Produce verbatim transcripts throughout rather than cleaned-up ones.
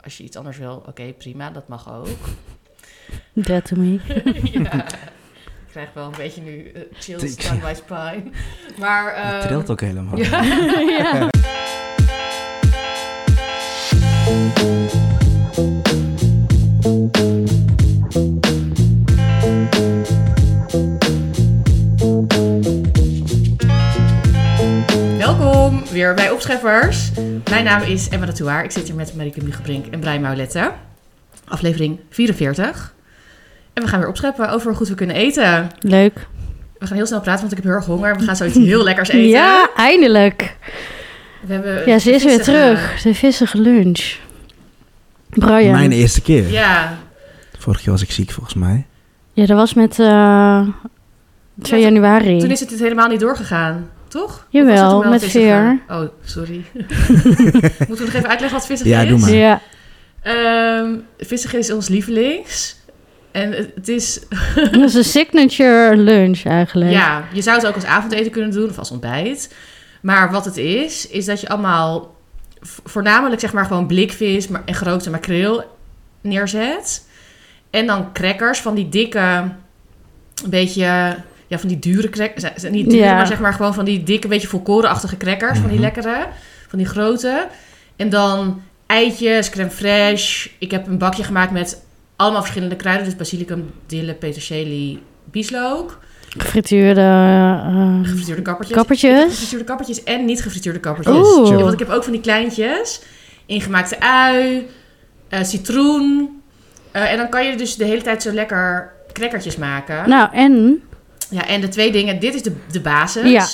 als je iets anders wil, oké, okay, prima, dat mag ook. That to me. Ja, ik krijg wel een beetje nu uh, chills down my spine. Maar, um, het trilt ook helemaal. Ja. Ja. Welkom weer bij Opscheppers. Mijn naam is Emma de Touaar. Ik zit hier met Marieke Mugenbrink en Brein Maulette. Aflevering vierenveertig. En we gaan weer opscheppen over hoe goed we kunnen eten. Leuk. We gaan heel snel praten, want ik heb heel erg honger. We gaan zoiets heel lekkers eten. Ja, eindelijk. We hebben ja, ze is weer terug. De vissige lunch. Brian. Mijn eerste keer. Ja. Vorige keer was ik ziek, volgens mij. Ja, dat was met uh, twee ja, januari. Toen is het helemaal niet doorgegaan, toch? Jawel, met Veer. Oh, sorry. Moeten we nog even uitleggen wat vissig ja, is? Doe maar. Ja, um, Vissig is ons lievelings. En het is... dat is een signature lunch eigenlijk. Ja, je zou het ook als avondeten kunnen doen of als ontbijt. Maar wat het is, is dat je allemaal voornamelijk zeg maar gewoon blikvis en gerookte makreel neerzet. En dan crackers van die dikke, een beetje, ja, van die dure crackers. Niet dure, ja. maar zeg maar gewoon van die dikke, beetje volkorenachtige crackers. Mm-hmm. Van die lekkere, van die grote. En dan eitjes, crème fraîche. Ik heb een bakje gemaakt met allemaal verschillende kruiden. Dus basilicum, dille, peterselie, bieslook. Gefrituurde, uh, gefrituurde kappertjes. kappertjes. Gefrituurde kappertjes en niet gefrituurde kappertjes. Oeh. Ja, want ik heb ook van die kleintjes. Ingemaakte ui, uh, citroen. Uh, en dan kan je dus de hele tijd zo lekker crackertjes maken. Nou, en? Ja, en de twee dingen. Dit is de, de basis. Ja.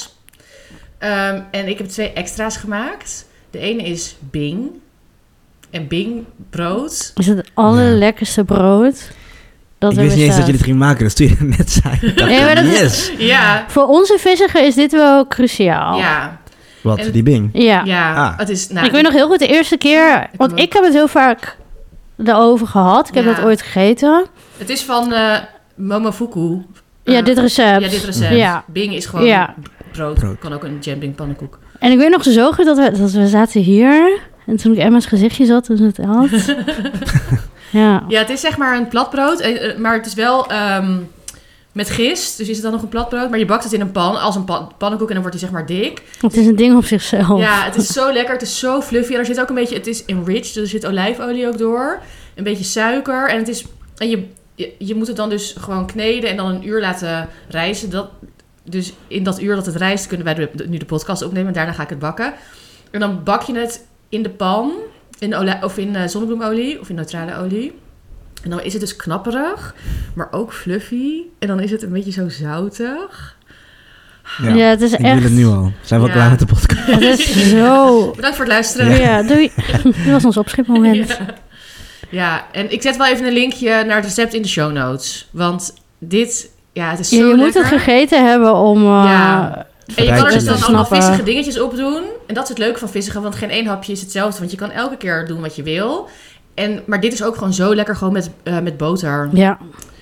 Um, en ik heb twee extra's gemaakt. De ene is Bing. En Bing brood. Is het allerlekkerste ja. brood dat ik er wist niet eens dat je dit ging maken. Dus toen je het net zei. Nee, maar dat yes. Ja. Voor onze vissiger is dit wel cruciaal. Ja. Wat, en, die Bing? Ja. Ja, ah. het is... Nou, ik weet nog heel goed de eerste keer... Ik want ik heb het heel vaak erover gehad. Ik heb ja. dat ooit gegeten. Het is van uh, Momofuku. Uh, ja, dit recept. Ja, dit recept. Ja. Bing is gewoon ja. brood. brood. Kan ook een jambing pannenkoek. En ik weet nog zo goed dat we, dat we zaten hier... En toen ik Emma's gezichtje zat, toen ze het had. ja. ja, het is zeg maar een platbrood. Maar het is wel um, met gist. Dus is het dan nog een platbrood. Maar je bakt het in een pan als een pan- pannenkoek. En dan wordt hij zeg maar dik. Het is een ding op zichzelf. Ja, het is zo lekker. Het is zo fluffy. En er zit ook een beetje... Het is enriched. Dus er zit olijfolie ook door. Een beetje suiker. En, het is, en je, je, je moet het dan dus gewoon kneden. En dan een uur laten rijzen. Dat, dus in dat uur dat het rijst kunnen wij de, nu de podcast opnemen. En daarna ga ik het bakken. En dan bak je het... in de pan, in olie, of in uh, zonnebloemolie, of in neutrale olie. En dan is het dus knapperig, maar ook fluffy. En dan is het een beetje zo zoutig. Ja, ja het is ik echt... wil het nu al. Zijn we ja. klaar met de podcast? Het is zo... Bedankt voor het luisteren. Ja, ja doei. Dit was ons opschipmoment. Ja. ja, en ik zet wel even een linkje naar het recept in de show notes. Want dit, ja, het is zo ja, je lekker. moet het gegeten hebben om... Uh, ja. En je kan er dus dan allemaal snappen. vissige dingetjes op doen. En dat is het leuke van vissigen, want geen één hapje is hetzelfde. Want je kan elke keer doen wat je wil. En, maar dit is ook gewoon zo lekker, gewoon met, uh, met boter. Ja.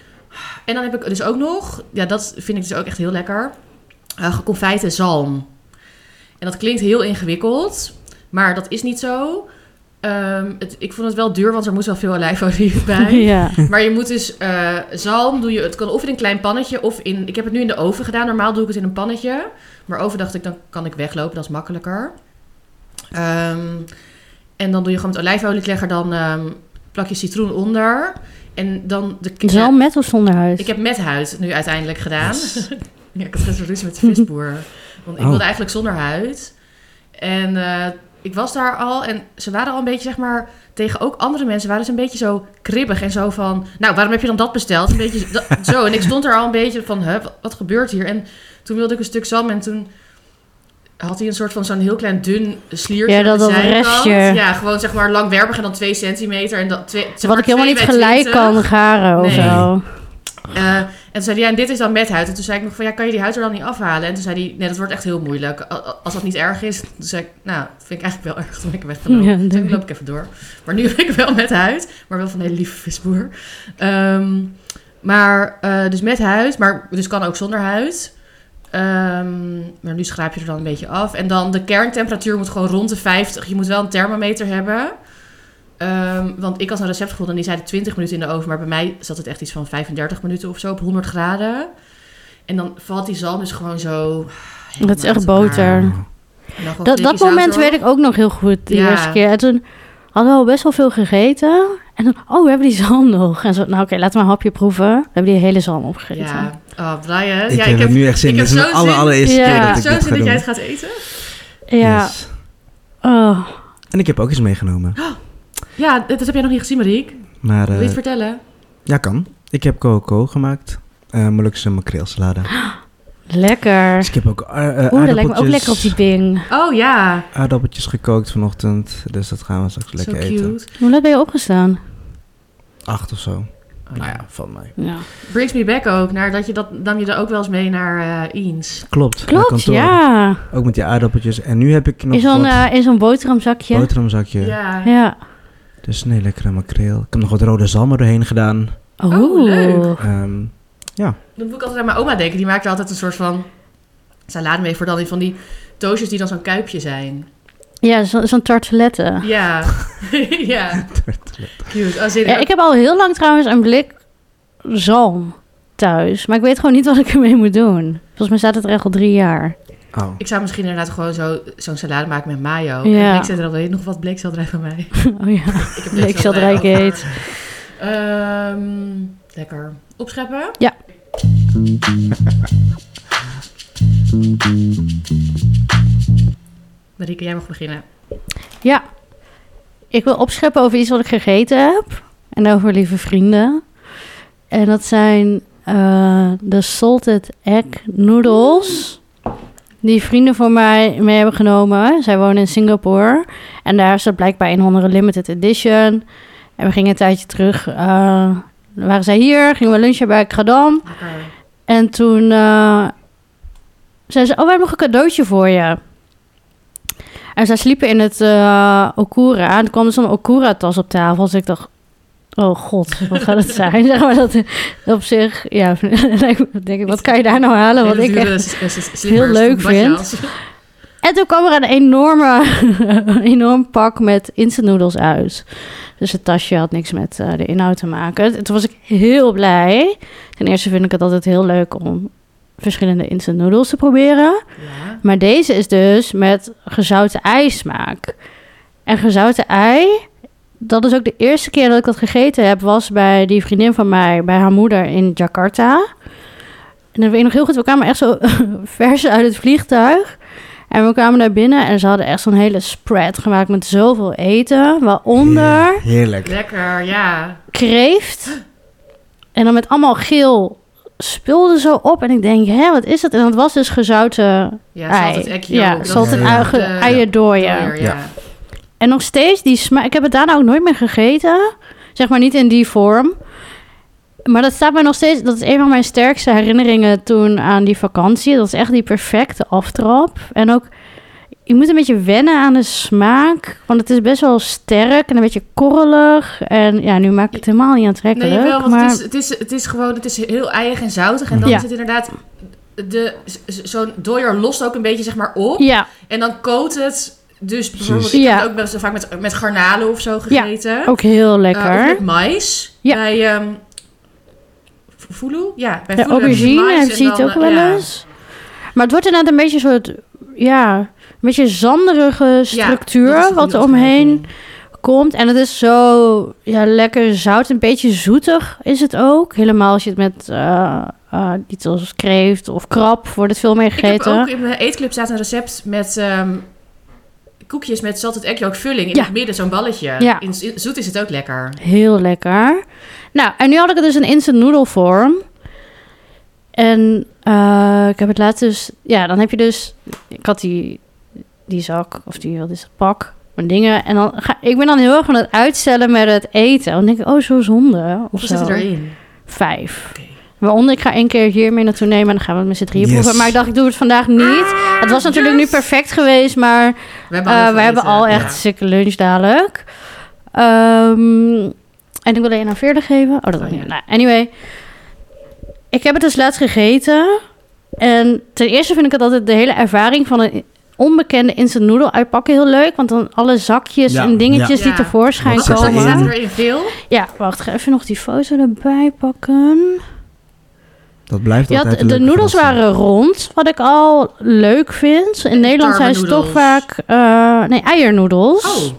En dan heb ik dus ook nog, ja, dat vind ik dus ook echt heel lekker, uh, geconfijte zalm. En dat klinkt heel ingewikkeld, maar dat is niet zo. Um, het, ik vond het wel duur, want er moest wel veel olijfolie bij. Ja. Maar je moet dus uh, zalm, doe je, het kan of in een klein pannetje of in... Ik heb het nu in de oven gedaan. Normaal doe ik het in een pannetje. Maar oven dacht ik, dan kan ik weglopen. Dat is makkelijker. Um, en dan doe je gewoon met olijfolie, dan um, plak je citroen onder. En dan... De, zalm met of zonder huid? Ik heb met huid nu uiteindelijk gedaan. Yes. ja, ik had gisteren ruzie met de visboer. Want ik oh. wilde eigenlijk zonder huid. En... Uh, ik was daar al en ze waren al een beetje, zeg maar, tegen ook andere mensen waren ze een beetje zo kribbig en zo van, nou, waarom heb je dan dat besteld? Een beetje dat, zo. En ik stond er al een beetje van, huh, wat, wat gebeurt hier? En toen wilde ik een stuk zalm en toen had hij een soort van zo'n heel klein dun sliertje. Ja, dat dat restje. Ja, gewoon zeg maar langwerpig en dan twee centimeter. En dat twee, zeg wat ik helemaal niet gelijk twintig kan garen nee. of zo. Uh, en toen zei hij, ja, en dit is dan met huid. En toen zei ik nog van, ja, kan je die huid er dan niet afhalen? En toen zei hij, nee, dat wordt echt heel moeilijk. Als dat niet erg is, toen zei ik, nou, vind ik eigenlijk wel erg. Toen ben ik weg van, ja, toen loop ik even door. Maar nu ben ik wel met huid, maar wel van een hele lieve visboer. Um, maar, uh, dus met huid, maar dus kan ook zonder huid. Um, maar nu schraap je er dan een beetje af. En dan de kerntemperatuur moet gewoon rond de vijftig. Je moet wel een thermometer hebben. Um, want ik had een recept gevonden en die zei twintig minuten in de oven. Maar bij mij zat het echt iets van vijfendertig minuten of zo op honderd graden. En dan valt die zalm dus gewoon zo... Dat is echt boter. Dat, dat moment weet ik ook nog heel goed de ja. eerste keer. En toen hadden we al best wel veel gegeten. En dan, oh, we hebben die zalm nog. En zo, nou oké, okay, laten we een hapje proeven. We hebben die hele zalm opgegeten. Ja, oh, Brian. Ik ja, heb, ik heb nu echt zin. Dit is mijn alle, allereerste ja. keer dat ik zo dit zin ga dat jij doen. het gaat eten. Ja. Yes. Oh. En ik heb ook iets meegenomen. Ja, dat heb jij nog niet gezien, Marieke. Maar, uh, Wil je het vertellen? Ja, kan. Ik heb coco gemaakt. Uh, Molukse makreelsalade. Lekker. Dus ik heb ook uh, uh, Oeh, dat lijkt me ook lekker op die bing. Oh ja. Aardappeltjes gekookt vanochtend. Dus dat gaan we straks lekker so eten. Hoe laat ben je opgestaan? Acht of zo. Oh, nou ja, van mij. Ja. Brings me back ook. Naar dat je dat, nam je er ook wel eens mee naar uh, Eens. Klopt. Klopt, ja. Ook met die aardappeltjes. En nu heb ik nog in zo'n, wat... Uh, in zo'n boterhamzakje. Boterhamzakje. Ja. Ja. Dus nee, lekkere makreel. Ik heb nog wat rode zalm er doorheen gedaan. Oh, oh leuk. Um, ja. Dan moet ik altijd aan mijn oma denken. Die maakt er altijd een soort van salade mee voor dan van die toastjes die dan zo'n kuipje zijn. Ja, zo, zo'n tartelette. Ja. ja. Cute. Oh, ja, ik heb al heel lang trouwens een blik zalm thuis. Maar ik weet gewoon niet wat ik ermee moet doen. Volgens mij staat het er echt al drie jaar. Oh. Ik zou misschien inderdaad gewoon zo, zo'n salade maken met mayo. Ja. En ik zet er al nog wat bleekselderij van mij. Oh ja, ik heb bleekselderij gate. Um, lekker. Opscheppen? Ja. Marieke, jij mag beginnen. Ja. Ik wil opscheppen over iets wat ik gegeten heb. En over lieve vrienden. En dat zijn uh, de salted egg noodles. Die vrienden voor mij mee hebben genomen. Zij wonen in Singapore. En daar is het blijkbaar een of andere limited edition. En we gingen een tijdje terug. Uh, waren zij hier. Gingen we lunchen bij Kradam. Okay. En toen uh, zei ze... Oh, we hebben nog een cadeautje voor je. En zij sliepen in het uh, Okura. En er kwam dus een Okura-tas op tafel. Dus ik dacht... Oh god, wat gaat het zijn? Zeg maar dat op zich... Ja, denk ik, wat kan je daar nou halen? Wat ik echt heel leuk vind. En toen kwam er een enorme, enorm pak met instant noodles uit. Dus het tasje had niks met uh, de inhoud te maken. En toen was ik heel blij. Ten eerste vind ik het altijd heel leuk om verschillende instant noodles te proberen. Ja. Maar deze is dus met gezouten ei smaak. En gezouten ei... Dat is ook de eerste keer dat ik dat gegeten heb... was bij die vriendin van mij... bij haar moeder in Jakarta. En dan weet ik nog heel goed... we kwamen echt zo vers uit het vliegtuig... en we kwamen daar binnen... en ze hadden echt zo'n hele spread gemaakt... met zoveel eten, waaronder... Heerlijk. Lekker, ja. Kreeft. En dan met allemaal geel spul er zo op... en ik denk, hè, wat is dat? En dat was dus gezouten ja, ei. Salted egg ja, yolk. salted ja, ja. ja. eierdooien. Ja. Ja. En nog steeds die smaak... Ik heb het daarna ook nooit meer gegeten. Zeg maar niet in die vorm. Maar dat staat mij nog steeds... Dat is een van mijn sterkste herinneringen toen aan die vakantie. Dat is echt die perfecte aftrap. En ook... Je moet een beetje wennen aan de smaak. Want het is best wel sterk en een beetje korrelig. En ja, nu maak ik het helemaal niet aantrekkelijk. Nee, wel, want maar... het, is, het, is, het is gewoon... Het is heel eigen en zoutig. En dan Ja. is het inderdaad... De, zo'n dooier lost ook een beetje, zeg maar, op. Ja. En dan kookt het... Dus bijvoorbeeld, ik Ja. heb het ook best wel vaak met, met garnalen of zo gegeten. Ja, ook heel lekker. Uh, of met mais. Ja. Bij um, Fulu? Ja, bij Ja, Fulu aubergine heb heb je het ook wel ja. eens. Maar het wordt inderdaad een beetje een soort... Ja, een beetje zanderige structuur... Ja, wat er omheen komt. En het is zo ja, lekker zout. Een beetje zoetig is het ook. Helemaal als je het met... Uh, uh, iets als kreeft of krab wordt het veel meer gegeten. Ik heb ook in mijn eetclub staat een recept met... Um, koekjes met salted egg yolk vulling. In Ja. het midden zo'n balletje. Ja. In, in zoet is het ook lekker. Heel lekker. Nou, en nu had ik het dus in instant noodle vorm. En uh, ik heb het laatst dus... Ja, dan heb je dus... Ik had die, die zak, of die, wat is het, pak, mijn dingen. En dan ga ik ben dan heel erg van het uitstellen met het eten. Dan denk ik, oh, zo zonde. Of Hoeveel zo. zit erin? Vijf. Okay. Waaronder, ik ga één keer hiermee naartoe nemen... en dan gaan we het met z'n drieën Yes. proeven. Maar ik dacht, ik doe het vandaag niet. Het was natuurlijk yes. nu perfect geweest... maar We hebben al, uh, heel we veel hebben eten. al echt Ja. sikke lunch dadelijk. Um, en ik wilde je aan Veerle geven. Oh, dat Oh, ook niet. ja. Nou, anyway. Ik heb het dus laatst gegeten. En ten eerste vind ik het altijd de hele ervaring van een onbekende instant noodle uitpakken heel leuk. Want dan alle zakjes Ja, en dingetjes ja. die Ja. tevoorschijn Wat Wat zit komen. erin? staat er in veel? Ja, wacht, ga even nog die foto erbij pakken. Dat blijft Je altijd had, een de leuke noedels verrassing. waren rond, wat ik al leuk vind. In Nederland zijn ze toch tarwenoedels. vaak... eh, nee, eiernoedels. Oh.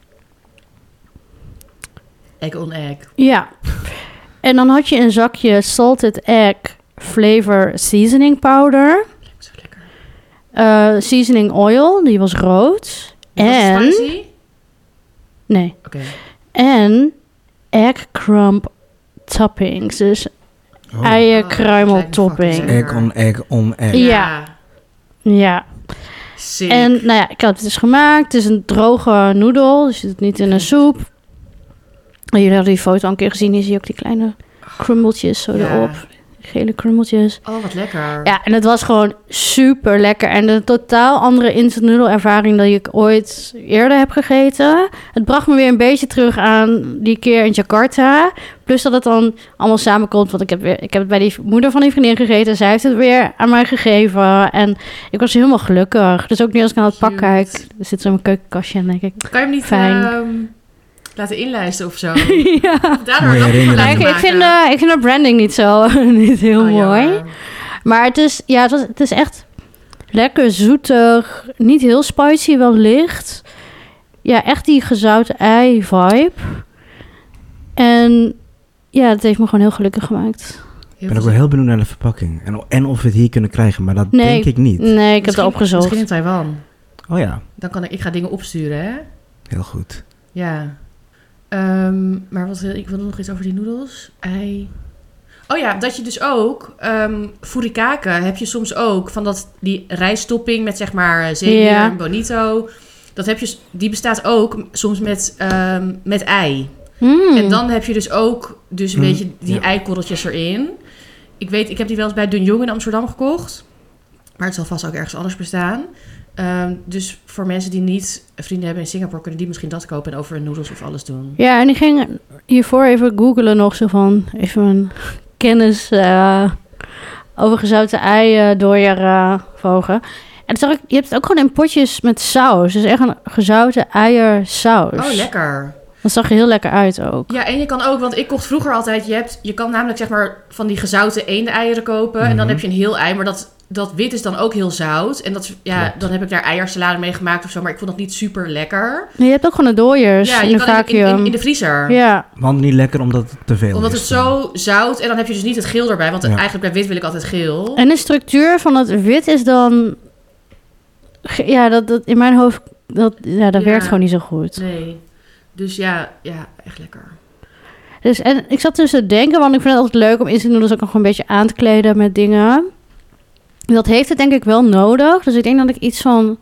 Egg on egg. Ja. En dan had je een zakje salted egg flavor seasoning powder. Zo lekker. eh, seasoning oil, die was rood. Was het En... spicy? Nee. Oké. En egg crumb toppings. Dus Oh. eierkruimel lijkt me topping. fucking Egg on egg on egg. Ja. Ja. Sick. En nou ja, ik had het dus gemaakt. Het is een droge noedel. Dus je doet het niet in een soep. En jullie hadden die foto al een keer gezien. Hier zie je ook die kleine crumbeltjes zo Ja. erop. Gele crumbeltjes. Oh, wat lekker. Ja, en het was gewoon super lekker. En een totaal andere instant noodle ervaring dan ik ooit eerder heb gegeten. Het bracht me weer een beetje terug aan die keer in Jakarta. Plus dat het dan allemaal samenkomt. Want ik heb, weer, ik heb het bij die moeder van die vriendin gegeten. Zij heeft het weer aan mij gegeven. En ik was helemaal gelukkig. Dus ook nu als ik naar het pak Cute. kijk. Er zit zo'n keukenkastje en denk ik... Kan je hem niet Fijn. ehm, laten inlijsten of zo? ja. Daardoor Mooie ook herinnering. Nou, ik, ik, vind, de, ik vind de branding niet zo niet heel Oh, mooi. Maar het is, ja, het, was, het is echt lekker zoetig. Niet heel spicy, wel licht. Ja, echt die gezouten ei-vibe. En ja, het heeft me gewoon heel gelukkig gemaakt. Ik ben ook wel heel benieuwd naar de verpakking. En, en of we het hier kunnen krijgen, maar dat Nee. denk ik niet. Nee, ik heb het opgezocht. Misschien in Taiwan. Oh ja, Dan kan ik, ik ga dingen opsturen, hè? heel goed. Ja. Ehm, maar wat wil ik wilde nog iets over die noedels. Ei. Oh ja, dat je dus ook um, furikake heb je soms ook van dat die rijsttopping met zeg maar zeewier Ja. en bonito. Dat heb je, s- die bestaat ook soms met, um, met ei. Mm. En dan heb je dus ook dus een Mm, beetje die ja. eikorreltjes erin. Ik weet, ik heb die wel eens bij Dun Jong in Amsterdam gekocht. Maar het zal vast ook ergens anders bestaan. Um, dus voor mensen die niet vrienden hebben in Singapore, kunnen die misschien dat kopen en over hun noedels of alles doen. Ja, en ik ging hiervoor even googlen nog zo van... Even mijn kennis eh, over gezouten ei door je uh, verhogen. En toen zag ik, je hebt het ook gewoon in potjes met saus. Dus echt een gezouten eiersaus. Oh, lekker. Dat zag er heel lekker uit ook. Ja, en je kan ook, want ik kocht vroeger altijd, je, hebt, je kan namelijk zeg maar van die gezouten eendeieren kopen. En dan Mhm. heb je een heel ei, maar dat, dat wit is dan ook heel zout. En dat, is- ja, Klopt. dan heb ik daar eiersalade mee gemaakt of zo, maar ik vond dat niet super lekker. Nee, je hebt ook gewoon de dooiers Ja, in je de kan in, in, vacuüm. in, in de vriezer. Ja, Want niet lekker omdat het te veel Omdat is. het zo zout, en dan heb je dus niet het geel erbij, want Ja. eigenlijk bij wit wil ik altijd geel. en de structuur van het wit is dan... ge- Ja, dat, dat in mijn hoofd... Dat, ja, dat Ja. werkt gewoon niet zo goed. Nee. Dus ja, ja, echt lekker. Dus, en ik zat dus te denken, want ik vind het altijd leuk om instant noodles ook nog een beetje aan te kleden met dingen. Dat heeft het denk ik wel nodig. Dus ik denk dat ik iets van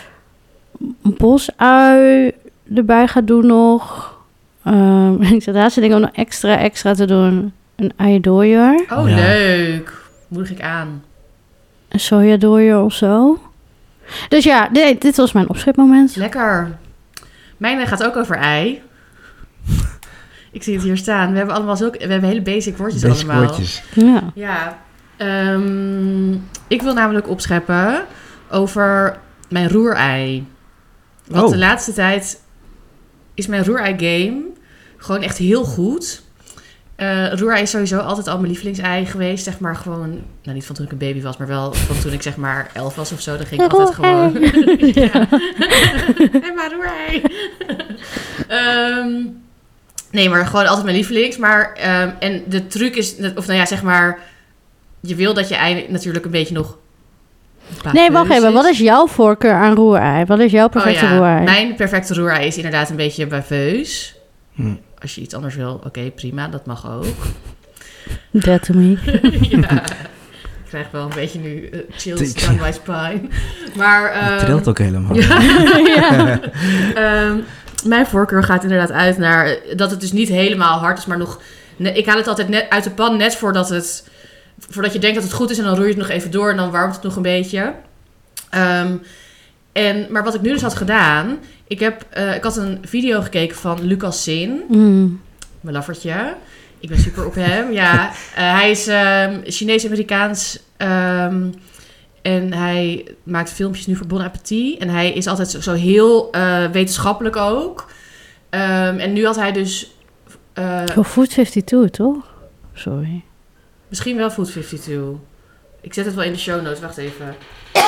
bosui erbij ga doen nog. Um, ik zat laatst te denken om nog extra, extra te doen. Een eidooier, Oh, Ja. leuk. Moedig ik aan. een sojadooier of zo. Dus ja, dit, dit was mijn opschipmoment. Lekker. Mijn gaat ook over ei. Ik zie het hier staan. We hebben allemaal zulke, we hebben hele basic woordjes Basic allemaal. woordjes. Ja. Ja. Ehm, ik wil namelijk opscheppen over mijn roerei. Want Oh. de laatste tijd is mijn roerei-game gewoon echt heel goed. Eh roerei is sowieso altijd al mijn lievelingsei geweest. Zeg maar gewoon, nou niet van toen ik een baby was, maar wel van toen ik zeg maar elf was of zo. Dan ging ik altijd gewoon... ja. En maar roerei. Ehm, nee, maar gewoon altijd mijn lievelings. Maar, ehm, en de truc is, of nou ja, zeg maar... Je wil dat je ei natuurlijk een beetje nog... Nee, wacht even. Wat is jouw voorkeur aan roerei? Wat is jouw perfecte oh, ja. roerei? Mijn perfecte roerei is inderdaad een beetje baveus. Hm. Als je iets anders wil, oké, prima, dat mag ook. That to me. Ja, ik krijg wel een beetje nu uh, chills Ik- down my spine. Maar... Het ehm, trilt ook helemaal. Ja. ja. Ehm, mijn voorkeur gaat inderdaad uit naar eh, dat het dus niet helemaal hard is, maar nog... ne- Ik haal het altijd net uit de pan, net voordat het... Voordat je denkt dat het goed is en dan roer je het nog even door en dan warmt het nog een beetje. Ehm, en, maar wat ik nu dus had gedaan... Ik, heb, eh, ik had een video gekeken van Lucas Sin, Mm. mijn laffertje. Ik ben super op hem, ja. Eh, hij is ehm, Chinees-Amerikaans... ehm, En hij maakt filmpjes nu voor Bon Appetit. En hij is altijd zo, zo heel uh, wetenschappelijk ook. Um, en nu had hij dus... Uh, oh, Food vijfentwintig, toch? Sorry. Misschien wel Food vijfentwintig. Ik zet het wel in de show notes. Wacht even.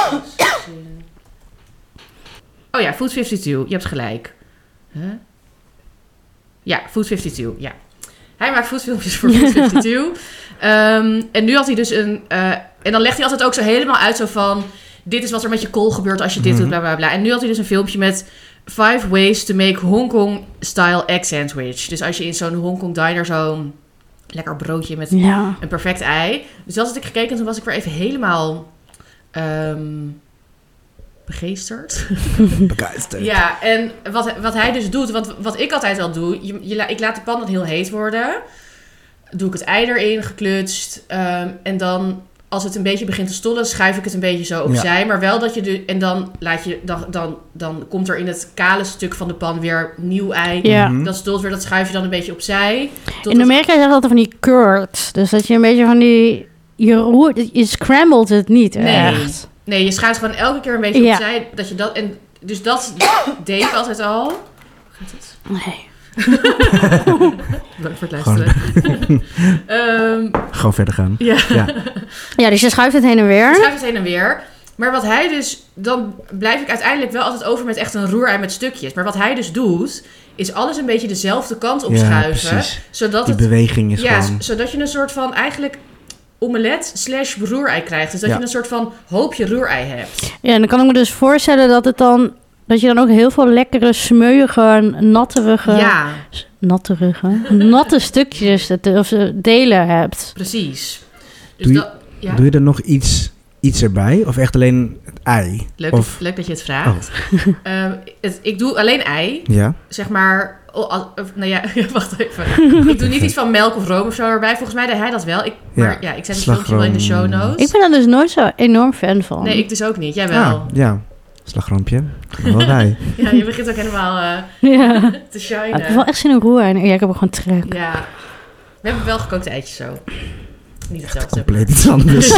Oh ja, Food vijfentwintig. Je hebt gelijk. Huh? Ja, Food vijfentwintig. Ja. Hij maakt foodfilmpjes voor Food vijfentwintig. um, en nu had hij dus een... Uh, en dan legt hij altijd ook zo helemaal uit zo van... Dit is wat er met je kool gebeurt als je dit mm-hmm. doet, bla bla bla. En nu had hij dus een filmpje met... Five ways to make Hong Kong style egg sandwich. Dus als je in zo'n Hong Kong diner zo'n lekker broodje met ja. een perfect ei. Dus dat had ik gekeken en toen was ik weer even helemaal um, begeesterd. Begeisterd. Ja, en wat, wat hij dus doet, wat, wat ik altijd al doe. Je, je, ik laat de pan dan heel heet worden. Doe ik het ei erin, geklutst. Um, en dan... Als het een beetje begint te stollen, schuif ik het een beetje zo opzij. Ja. Maar wel dat je... De, en dan, laat je, dan, dan, dan komt er in het kale stuk van de pan weer nieuw ei. Ja. Dat stolt weer, dat schuif je dan een beetje opzij. In Amerika zeggen ze altijd van die curds. Dus dat je een beetje van die... Je roert, je scrambled het niet nee. echt. Nee, je schuift gewoon elke keer een beetje ja. opzij. Dat je dat, en dus dat deed ik altijd al. Hoe gaat het? Nee. Bedankt voor het luisteren. Gewoon, um, Gewoon verder gaan. Ja. Ja. ja, dus je schuift het heen en weer. Je schuift het heen en weer. Maar wat hij dus... Dan blijf ik uiteindelijk wel altijd over met echt een roerei met stukjes. Maar wat hij dus doet... Is alles een beetje dezelfde kant op ja, schuiven. Precies. Zodat Die het, beweging is ja, gewoon... zodat je een soort van eigenlijk... omelet slash roerei krijgt. Dus dat ja. je een soort van hoopje roerei hebt. Ja, en dan kan ik me dus voorstellen dat het dan... Dat je dan ook heel veel lekkere, smeuïge, natterige... Ja. Natterige? Natte stukjes of delen hebt. Precies. Dus doe, je, dat, ja? doe je er nog iets, iets erbij? Of echt alleen het ei? Leuk, of... leuk dat je het vraagt. Oh. um, het, ik doe alleen ei. Ja. Zeg maar... Oh, of, nou ja, wacht even. Ik doe niet iets van melk of room of zo erbij. Volgens mij deed hij dat wel. Ik, maar ja, ja ik zet het filmpje wel in de show notes. Ik ben er dus nooit zo enorm fan van. Nee, ik dus ook niet. Jij wel. Ah, ja. Slagroompje. Wel bij. Ja, je begint ook helemaal uh, ja. te shinen. Ik heb wel echt zin in roer. Ja, ik heb ook gewoon trek. Ja. We hebben wel gekookte eitjes zo. Niet hetzelfde. Compleet iets anders.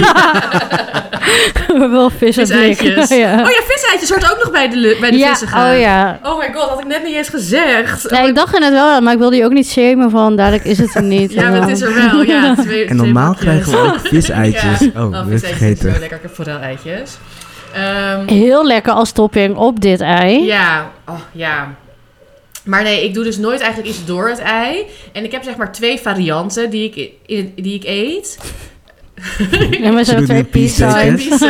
We hebben wel vis viseitjes. Ja. Oh ja, viseitjes hoort ook nog bij de, bij de ja, vissen gaan. Oh ja. Oh my god, had ik net niet eens gezegd. Ja, ik dacht er net wel, maar ik wilde je ook niet shamen van dadelijk is het er niet. Ja, maar het is er wel. Ja, twee, en normaal twee krijgen we ook viseitjes. Ja. Oh, oh dat viseitjes is zo lekker. Ik heb forel-eitjes. Um, Heel lekker als topping op dit ei. Ja, oh, ja. Maar nee, ik doe dus nooit eigenlijk iets door het ei. En ik heb zeg maar twee varianten die ik, in, die ik eet. Ja, maar zo twee pea-sides.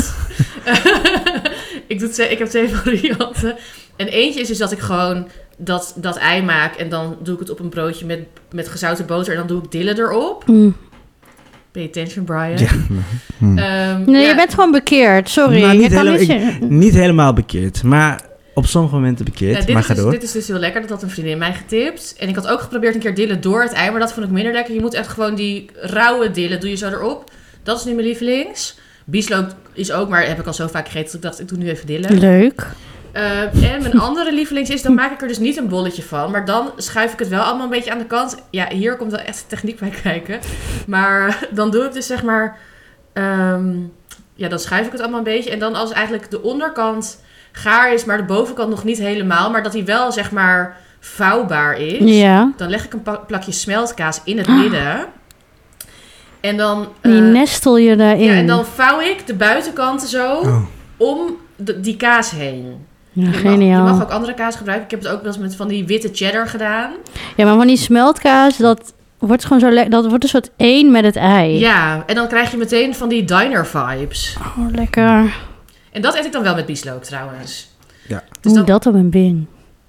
ik, doe twee, ik heb twee varianten. En eentje is dus dat ik gewoon dat, dat ei maak. En dan doe ik het op een broodje met, met gezouten boter. En dan doe ik dille erop. Mm. Pay attention, Brian. Ja. Hm. Um, nee, ja. je bent gewoon bekeerd. Sorry. Nou, niet, je kan hele, niet, ik, niet helemaal bekeerd. Maar op sommige momenten bekeerd. Ja, dit, maar is ga dus, door. dit is dus heel lekker. Dat had een vriendin mij getipt. En ik had ook geprobeerd een keer dillen door het ei. Maar dat vond ik minder lekker. Je moet echt gewoon die rauwe dillen doe je zo erop. Dat is nu mijn lievelings. Bieslook is ook, maar heb ik al zo vaak gegeten. Dat ik dacht, ik doe nu even dillen. Leuk. Uh, en mijn andere lievelings is, dan maak ik er dus niet een bolletje van. Maar dan schuif ik het wel allemaal een beetje aan de kant. Ja, hier komt wel echt techniek bij kijken. Maar dan doe ik dus zeg maar... Um, ja, dan schuif ik het allemaal een beetje. En dan als eigenlijk de onderkant gaar is, maar de bovenkant nog niet helemaal. Maar dat die wel zeg maar vouwbaar is. Ja. Dan leg ik een plakje smeltkaas in het midden. En dan... Die uh, nestel je daarin. Ja, en dan vouw ik de buitenkanten zo oh. om de, die kaas heen. Ja, je, geniaal. mag, je mag ook andere kaas gebruiken. Ik heb het ook wel eens met van die witte cheddar gedaan. Ja, maar van die smeltkaas, dat wordt gewoon zo lekker. Dat wordt een soort één met het ei. Ja, en dan krijg je meteen van die diner vibes. Oh, lekker. En dat eet ik dan wel met bieslook trouwens. Ja. Dus Oeh, dan... dat op een bing.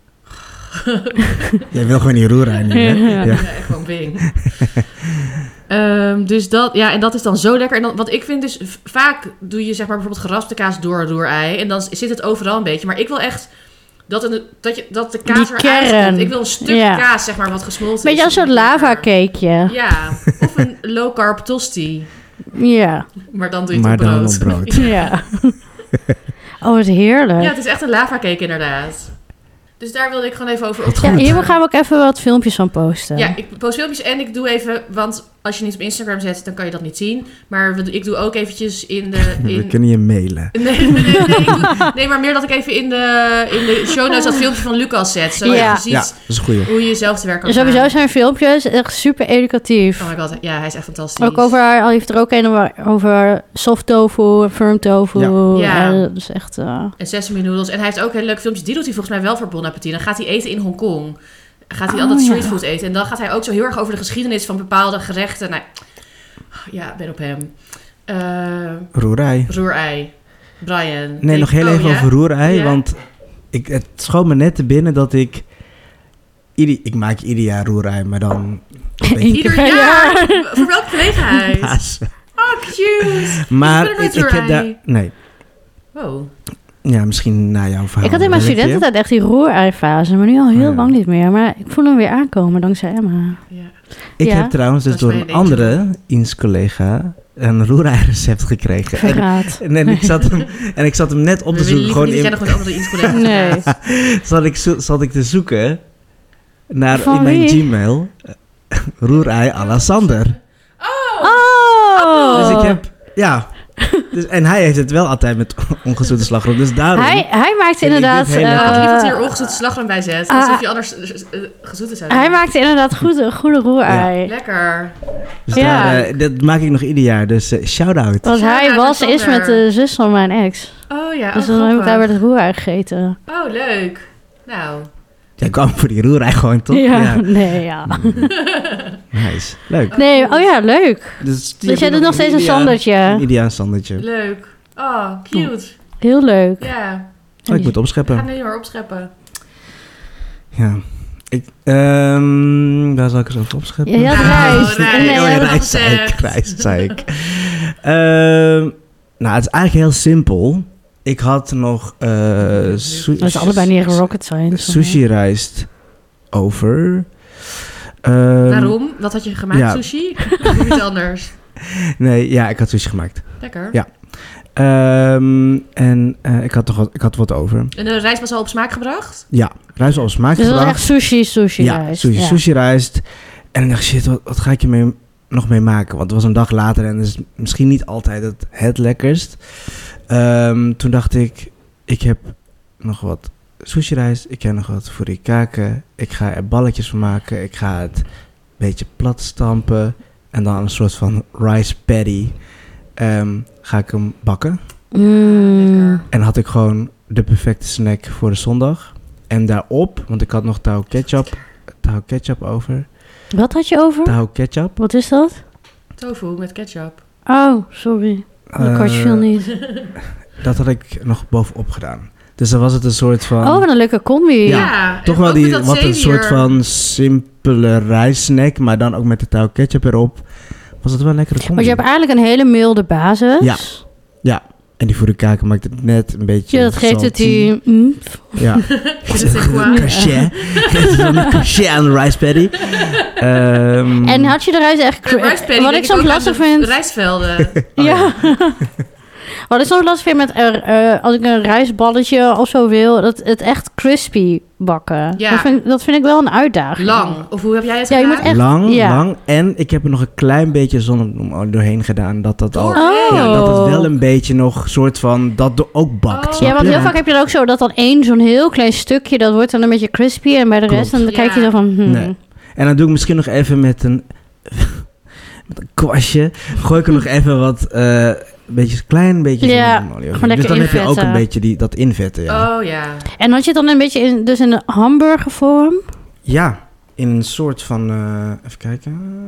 Jij wil gewoon die roerei niet, hè? Ja, ja. ja gewoon bing. um, dus dat, ja, en dat is dan zo lekker. En dan, wat ik vind dus, vaak doe je zeg maar bijvoorbeeld geraspte kaas door een roerei. En dan zit het overal een beetje. Maar ik wil echt dat, een, dat, je, dat de kaas eruit komt. Ik wil een stuk ja. kaas, zeg maar, wat gesmolten beetje is. Beetje als zo'n lava-cakeje. Ja, of een low-carb tosti. Ja. Maar dan doe je het maar op brood. Dan op brood. Ja. Oh, wat heerlijk. Ja, het is echt een lava-cake inderdaad. Dus daar wilde ik gewoon even over op. Ja, hier gaan we ook even wat filmpjes van posten. Ja, ik post filmpjes en ik doe even, want als je niet op Instagram zet, dan kan je dat niet zien. Maar we- ik doe ook eventjes in de... We In... kunnen je mailen. Nee, nee, nee, nee, ik doe- nee, maar meer dat ik even in de, in de show notes dat filmpje van Lucas zet. Zodat Ja. je ziet Ja, dat is een goeie. hoe je zelf te werk kan Sowieso gaan. zijn filmpjes echt super educatief. Oh my god, ja, hij is echt fantastisch. Ook over, hij heeft er ook een over, over soft tofu, firm tofu. Ja. Ja. En dat is echt... eh, En sesame noodles. En hij heeft ook hele leuke filmpjes. Die doet hij volgens mij wel voor Bon Appetit. Dan gaat hij eten in Hongkong. Gaat hij Oh, altijd ja. streetfood eten. En dan gaat hij ook zo heel erg over de geschiedenis van bepaalde gerechten. Nou, ja, ben op hem. Eh Roerij. roerei. Brian. Nee, Denk- nog heel oh, even ja? over roerei. Ja? Want ik, het schoot me net te binnen dat ik... Ieder, ik maak ieder jaar roerei, maar dan... Eén Weet je, Ieder per jaar. Voor welke gelegenheid? paas. Oh, cute. Maar Ik ben er ik, nooit ik heb daar... roerei. Nee. Wow. Ja, misschien na jouw verhaal. Ik had in mijn weet je. studententijd echt die roereifase, maar nu al heel Oh, ja. lang niet meer. Maar ik voel hem weer aankomen dankzij Emma. Ja. Ik Ja. heb trouwens dus Dat is door mijn een andere Ins-collega een roerei-recept gekregen. En, Verraad. en, en ik zat hem, en ik zat hem net op te We willen zoeken. liever Gewoon niet dat jij in, nog met andere iets collega's Nee. praat. zat, ik, zo- zat ik te zoeken naar Van in mijn wie? Gmail eh, roerei à la Sander. Oh! Dus ik heb, ja. Dus, en hij heeft het wel altijd met ongezoete slagroom. Dus daarom... Hij, hij maakte vind ik inderdaad... dit heel lekker. Ik had eh, liever dat hij er ongezoete slagroom bij zet. Ah. Alsof je anders uh, uh, gezoete zou doen. hij maakte inderdaad goede, goede roerei. Lekker. Dus Ja. daar, eh, dat maak ik nog ieder jaar. Dus eh, shout-out. Want Ja, hij dat was is is wel met weer. de zus van mijn ex. Oh ja, Dus oh, dan heb ik daar weer grappig. het roerei gegeten. Oh, leuk. Nou, Jij kwam voor die roerei gewoon, toch? Ja, nee, ja. Nice. Leuk. Nee, oh ja, leuk. Dus, Dus jij doet nog steeds een idea- sandertje. Een ideaal sandertje. leuk. Oh, cute. Heel leuk. Ja, Oh, ik moet ga opscheppen. nu maar opscheppen. Ja. Ik, ehm, waar zal ik eens over opscheppen? Ja, je had Nou, rijst. rijst. Nee, oh ja, dat rijst had zei ik. gezegd. Rijst zei ik. Ehm, nou, het is eigenlijk heel simpel. Ik had nog uh, su- Dat is allebei niet echt rocket science. sushi rijst over. Ehm, Waarom? Wat had je gemaakt, ja. sushi? Of iets anders? Nee, ja, ik had sushi gemaakt. Lekker. Ja. Ehm, en eh, ik, had toch wat, ik had wat over. En de rijst was al op smaak gebracht? Ja, rijst al smaak Dus dat was gebracht. echt sushi, sushi Ja, rijst. sushi, Ja. sushi rijst. En ik dacht, shit, wat, wat ga ik hiermee nog mee maken? Want het was een dag later en het is misschien niet altijd het, het lekkerst. Ehm, toen dacht ik, ik heb nog wat sushi rijst. Ik heb nog wat furikake. Ik ga er balletjes van maken. Ik ga het een beetje plat stampen. En dan een soort van rice patty. Ehm, ga ik hem bakken. Mm. Lekker. En had ik gewoon de perfecte snack voor de zondag. En daarop, want ik had nog Tao ketchup, Tao ketchup over. Wat had je over? Tao ketchup. Wat is dat? Tofu met ketchup. Oh, sorry. Dat Eh, kort viel niet. Dat had ik nog bovenop gedaan. Dus dan was het een soort van... Oh, wat een leuke combi. Ja, en toch wel ook die, met dat wat een zeewier. soort van simpele rijstsnack, maar dan ook met de Tao ketchup erop. Was het wel een lekkere combi. Want je hebt eigenlijk een hele milde basis. Ja. Ja, en die furikake maakt het net een beetje Ja, dat geeft het salty. die... mm. Ja. Je zit echt waar. Cachet. Geeft het dan een cachet aan de rice patty. Ehm, En had je de rijst echt... De rice paddy Wat denk ik soms ook aan lastig de vind... rijstvelden. oh ja. Wat ik soms lastig vind met... er, eh, als ik een rijstballetje of zo wil... Dat het echt crispy bakken. Ja. Dat, vind, dat vind ik wel een uitdaging. Lang. Of hoe heb jij het Ja, je moet gedaan? echt- lang, ja. lang. En ik heb er nog een klein beetje zonnebloem doorheen gedaan. Dat dat al... Doorheen? Ja, dat het Oh. wel een beetje nog soort van... Dat er ook bakt, Oh. snap Ja, want je? heel vaak heb je dan ook zo dat dan één zo'n heel klein stukje... dat wordt dan een beetje crispy en bij de rest... Klopt. dan kijk je Ja. zo van... hmm. Nee. En dan doe ik misschien nog even met een... met een kwastje. Gooi ik er nog even wat... eh, een beetje klein beetje Ja, zonnebloemolie over. gewoon Dus dan lekker heb je ook invetten. een beetje die, dat invetten, ja. Oh ja. En had je het dan een beetje in, dus in een hamburgervorm? Ja, in een soort van... eh, even kijken.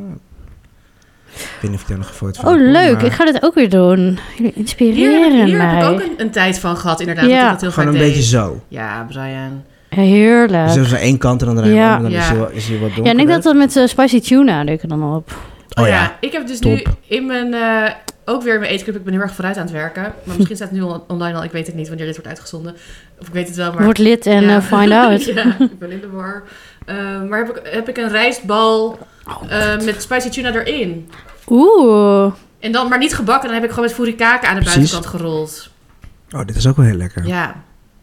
Ik weet niet of ik daar nog een foto van Oh, heb, leuk. maar Ik ga dit ook weer doen. Jullie inspireren Hier, hier mij. heb ik ook een, een tijd van gehad, inderdaad. Ja. Dat ik dat heel Gewoon vaak een deed. beetje zo. Ja, Brian. Heerlijk. Dus er één kant en dan erin. Ja. En dan is Ja. hij, wel- is hij wat donkerder. Ja, ik denk dat dat met eh, spicy tuna doe ik er dan op. Oh ja, Ik heb dus top. nu in mijn... eh, ook weer in mijn eetclub. Ik ben heel erg vooruit aan het werken. Maar misschien staat het nu on- online al. Ik weet het niet wanneer dit wordt uitgezonden. Of ik weet het wel, maar... Word lid en Ja. eh, find out. ja, ik ben in de war. Eh, maar heb ik, heb ik een rijstbal eh, met spicy tuna erin. Oeh. En dan, maar niet gebakken. Dan heb ik gewoon met furikake aan de Precies. buitenkant gerold. Oh, dit is ook wel heel lekker. Ja.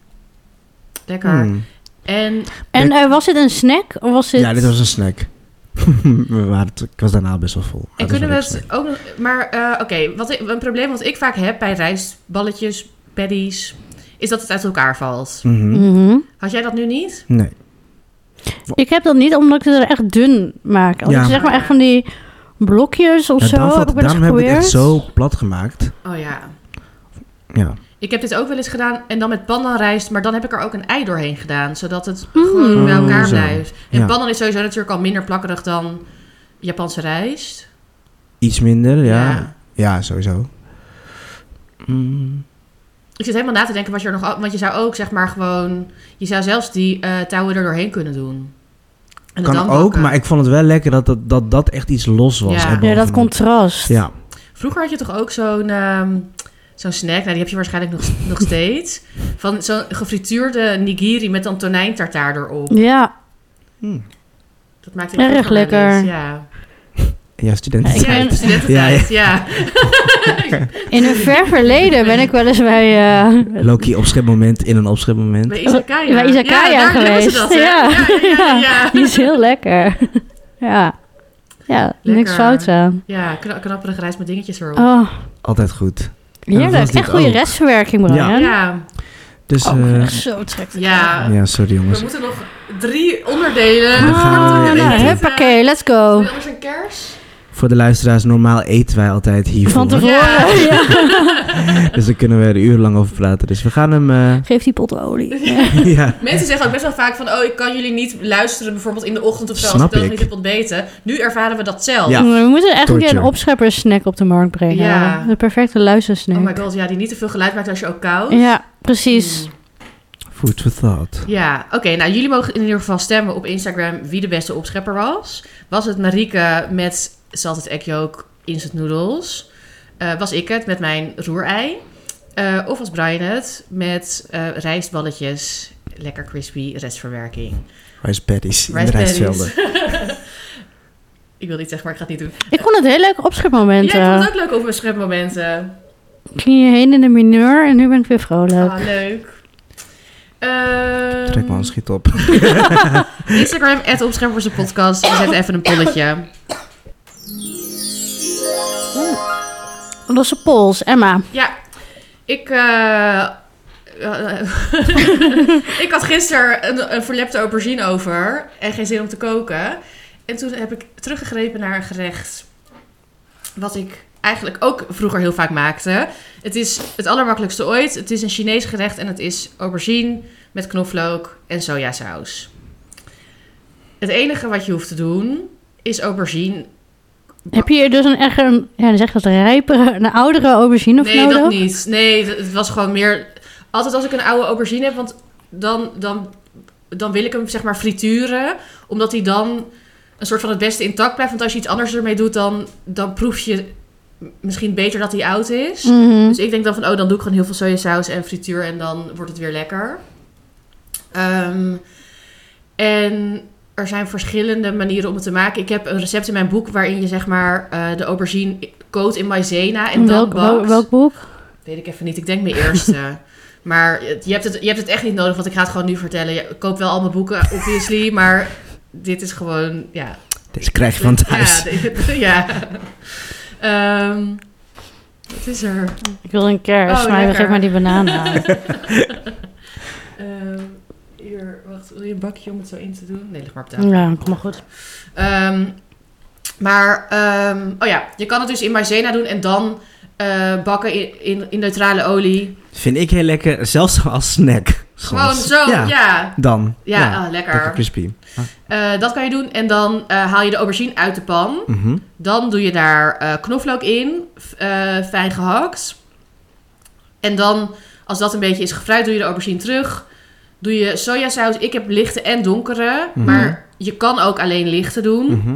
Lekker. Hmm. En En eh, was dit een snack? Of was dit... Ja, dit was een snack. we waren t- ik was daarna al best wel vol. En Dat was kunnen we wel het lekker. ook nog... Maar uh, oké, okay, wat ik- een probleem wat ik vaak heb bij rijstballetjes, paddies, is dat het uit elkaar valt. Mhm. Mhm. Had jij dat nu niet? Nee. Ik heb dat niet omdat ik het er echt dun maak. Als Ja. ik zeg maar echt van die blokjes of Ja, zo dan valt- heb ik wel eens daarom heb ik het geprobeerd. echt zo plat gemaakt. Oh ja. Ja. Ik heb dit ook wel eens gedaan en dan met pandanrijst, maar dan heb ik er ook een ei doorheen gedaan, zodat het Mm. gewoon bij elkaar Oh, zo. blijft. En Ja. pandan is sowieso natuurlijk al minder plakkerig dan Japanse rijst. Iets minder, ja. Ja. Ja, sowieso. Mm. Ik zit helemaal na te denken wat je er nog... Want je zou ook, zeg maar, gewoon... Je zou zelfs die eh, touwen er doorheen kunnen doen. En het Kan dan ook, bakken. maar ik vond het wel lekker dat dat, dat, dat echt iets los was. Ja. hè, Ja, bovenop. dat contrast. Ja. Vroeger had je toch ook zo'n... ehm, zo'n snack, nou die heb je waarschijnlijk nog, nog steeds. Van zo'n gefrituurde nigiri met dan tonijntartaar erop. Ja. Hm. Dat maakt ik Erg vroeger wel lekker. eens, Ja, Ja, studenten. Ik ja ben- in studententijd, ja. In een ver verleden ben ik wel eens bij... eh Loki opschepmoment in een opschepmoment. Bij Izakaya. Bij Izakaya ja, daar geweest. Doen ze dat, hè? Ja. Ja, ja, ja, ja. Die is heel lekker. Ja. Ja, niks Lekker. fout aan. Ja, kna- knapperig rijst met dingetjes erop. Oh, Altijd goed. heerlijk. was dit Echt goede ook. restverwerking, Brian. Ja. Ja, Dus, Oh, eh, echt zo trekt. ja. ja, sorry jongens. We moeten nog drie onderdelen. Dan gaan we Ah, weer nou, eten. huppakee, let's Wil go. je anders een kers? Voor de luisteraars, normaal eten wij altijd hiervoor. Van tevoren. Ja. Ja. Dus daar kunnen we er urenlang over praten. Dus we gaan hem... eh, Geef die pot olie. ja. Mensen zeggen ook best wel vaak van... oh, ik kan jullie niet luisteren bijvoorbeeld in de ochtend of zo... als Snap ik dan nog ik. niet heb ontbeten. Nu ervaren we dat zelf. Ja. We moeten echt een keer Torture. een opscheppersnack op de markt brengen. Ja. De perfecte luistersnack. Oh my god, ja, die niet te veel geluid maakt als je ook koud. Ja, precies. Mm. Food for thought. Ja, oké. nou, jullie mogen in ieder geval stemmen op Instagram wie de beste opschepper was. Was het Marieke met salted egg yolk instant noodles? Uh, was ik het met mijn roerei? Uh, of was Brian het met uh, rijstballetjes, lekker crispy, restverwerking? Rice patties in de Rice rijstvelden. patties. Ik wil niet zeggen, maar ik ga het niet doen. Ik vond het heel leuke opschepmomenten. Jij vond het ook leuk over mijn schepmomenten. Ik ging hierheen in de mineur en nu ben ik weer vrolijk. Ah, leuk. Um, Trek maar een schiet op. Instagram, at opschepperse podcast. We zetten even een polletje. Dat was een pols, Emma. Ja, ik... eh, uh, ik had gisteren een, een verlepte aubergine over en geen zin om te koken. En toen heb ik teruggegrepen naar een gerecht wat ik eigenlijk ook vroeger heel vaak maakte. Het is het allermakkelijkste ooit. Het is een Chinees gerecht en het is aubergine met knoflook en sojasaus. Het enige wat je hoeft te doen is aubergine... Heb je dus een echt een, ja, dan zeg je dat rijpere, een oudere aubergine of Nee, nodig? dat niet. Nee, het was gewoon meer... Altijd als ik een oude aubergine heb, want dan, dan, dan wil ik hem zeg maar frituren. Omdat hij dan een soort van het beste intact blijft. Want als je iets anders ermee doet, dan, dan proef je misschien beter dat hij oud is. Mhm. Dus ik denk dan van, oh, dan doe ik gewoon heel veel sojasaus en frituur en dan wordt het weer lekker. Um, en er zijn verschillende manieren om het te maken. Ik heb een recept in mijn boek waarin je zeg maar uh, de aubergine kookt in maïzena en dan welk, bakt. wel- welk boek? Weet ik even niet. Ik denk mijn eerste. Maar je hebt, het, je hebt het echt niet nodig, want ik ga het gewoon nu vertellen. Ik koop wel al mijn boeken, obviously. Maar dit is gewoon, ja... Deze krijg je van thuis. Ja. dit- ja. Um, wat is er? Ik wil een kers, Oh, maar lekker. geef maar die bananen. Um, hier, wacht. Wil je een bakje om het zo in te doen? Nee, leg maar op tafel. Ja, kom maar goed. Um, maar, um, oh ja, je kan het dus in maïzena doen en dan uh, bakken in, in, in neutrale olie. Vind ik heel lekker, zelfs als snack. Gewoon soms. zo, ja. Ja, Dan. ah, lekker. Lekker crispy. Uh, dat kan je doen. En dan uh, haal je de aubergine uit de pan. Mhm. Dan doe je daar uh, knoflook in, f- uh, fijn gehakt. En dan, als dat een beetje is gefruit, doe je de aubergine terug. Doe je sojasaus. Ik heb lichte en donkere. Mhm. Maar je kan ook alleen lichte doen. Mhm.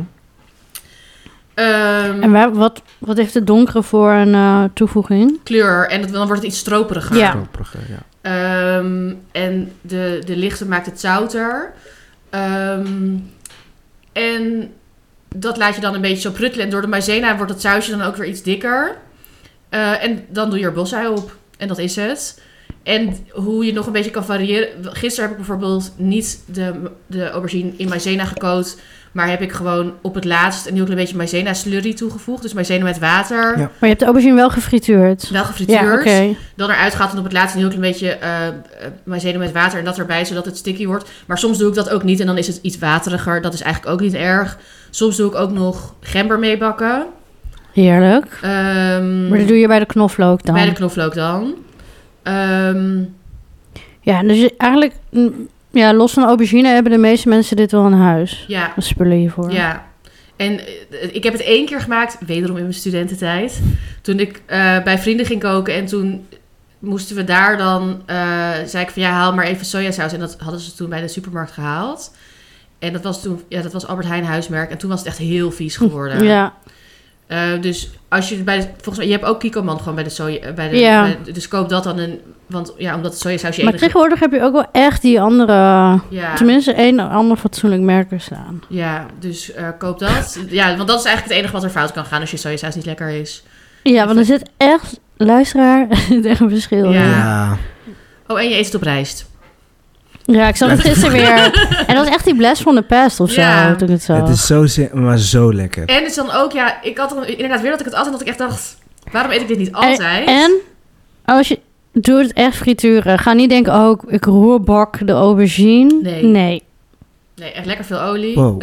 Um, En waar, wat, wat heeft de donkere voor een uh, toevoeging? kleur. En het, dan wordt het iets stroperiger. Ja. Koperige, ja. Um, en de, de lichte maakt het zouter. Um, en dat laat je dan een beetje zo pruttelen. En door de maïzena wordt het sausje dan ook weer iets dikker. Uh, en dan doe je er bosui op. En dat is het. En hoe je nog een beetje kan variëren. Gisteren heb ik bijvoorbeeld niet de, de aubergine in maïzena gekookt. Maar heb ik gewoon op het laatst een heel klein beetje maïzena slurry toegevoegd. Dus maïzena met water. Ja. Maar je hebt de aubergine wel gefrituurd. Wel gefrituurd. Ja, oké. Okay. Dan eruit gehaald en op het laatst een heel klein beetje uh, maïzena met water en dat erbij, zodat het sticky wordt. Maar soms doe ik dat ook niet en dan is het iets wateriger. Dat is eigenlijk ook niet erg. Soms doe ik ook nog gember meebakken. Heerlijk. Um, maar dat doe je bij de knoflook dan? Bij de knoflook dan. Um, ja, dus je, eigenlijk... Ja, los van aubergine hebben de meeste mensen dit wel in huis. Ja. De spullen hiervoor. Ja. En uh, ik heb het één keer gemaakt, wederom in mijn studententijd. Toen ik uh, bij vrienden ging koken en toen moesten we daar dan... Uh, zei ik van ja, haal maar even sojasaus. En dat hadden ze toen bij de supermarkt gehaald. En dat was toen... Ja, dat was Albert Heijn huismerk. En toen was het echt heel vies geworden. Ja. Uh, dus als je bij de, volgens mij, je hebt ook Kikkoman gewoon bij de soja, bij de, ja. bij, dus koop dat dan een, want ja, omdat het sojasaus je maar enige... tegenwoordig heb je ook wel echt die andere, ja. tenminste één ander fatsoenlijk merk er staan. Ja, dus uh, koop dat. Ja, want dat is eigenlijk het enige wat er fout kan gaan als je sojasaus niet lekker is. Ja, want er zit echt, luisteraar, er zit echt een verschil ja. in. Ja. Oh, en je eet het op rijst. Ja, ik zag het gisteren weer. En dat was echt die blast van de pest of zo, ja. toen ik het zag. Het is zo, maar zo lekker. En het is dan ook, ja, ik had dan inderdaad weer dat ik het altijd, dat ik echt dacht, waarom eet ik dit niet altijd? En, en als je, doe het echt frituren. Ga niet denken, oh, ik roerbak de aubergine. Nee. Nee. Nee, echt lekker veel olie. Wow.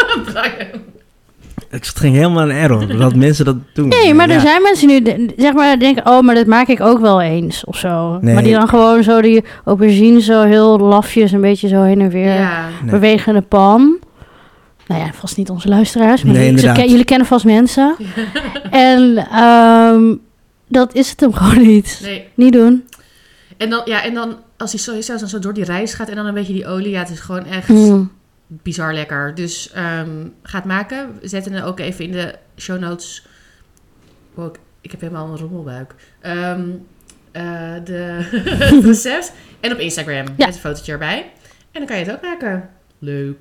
Het ging helemaal een error, dat mensen dat doen. Nee, maar ja. er zijn mensen nu, zeg maar, denken, oh, maar dat maak ik ook wel eens, of zo. Nee. Maar die dan gewoon zo die aubergine zo heel lafjes, een beetje zo heen en weer Ja. Nee. bewegen in de pan. Nou ja, vast niet onze luisteraars, maar Nee, die, inderdaad. ken, jullie kennen vast mensen. En um, dat is het hem gewoon niet. Nee. Niet doen. En dan, ja, en dan als die sojasaus dan zo door die rijst gaat en dan een beetje die olie, ja, het is gewoon echt... Mm. bizar lekker. Dus um, ga het maken. We zetten het ook even in de show notes. Oh, ik, ik heb helemaal een rommelbuik. Um, uh, de het recept. En op Instagram. Ja. Met een fotootje erbij. En dan kan je het ook maken. Leuk.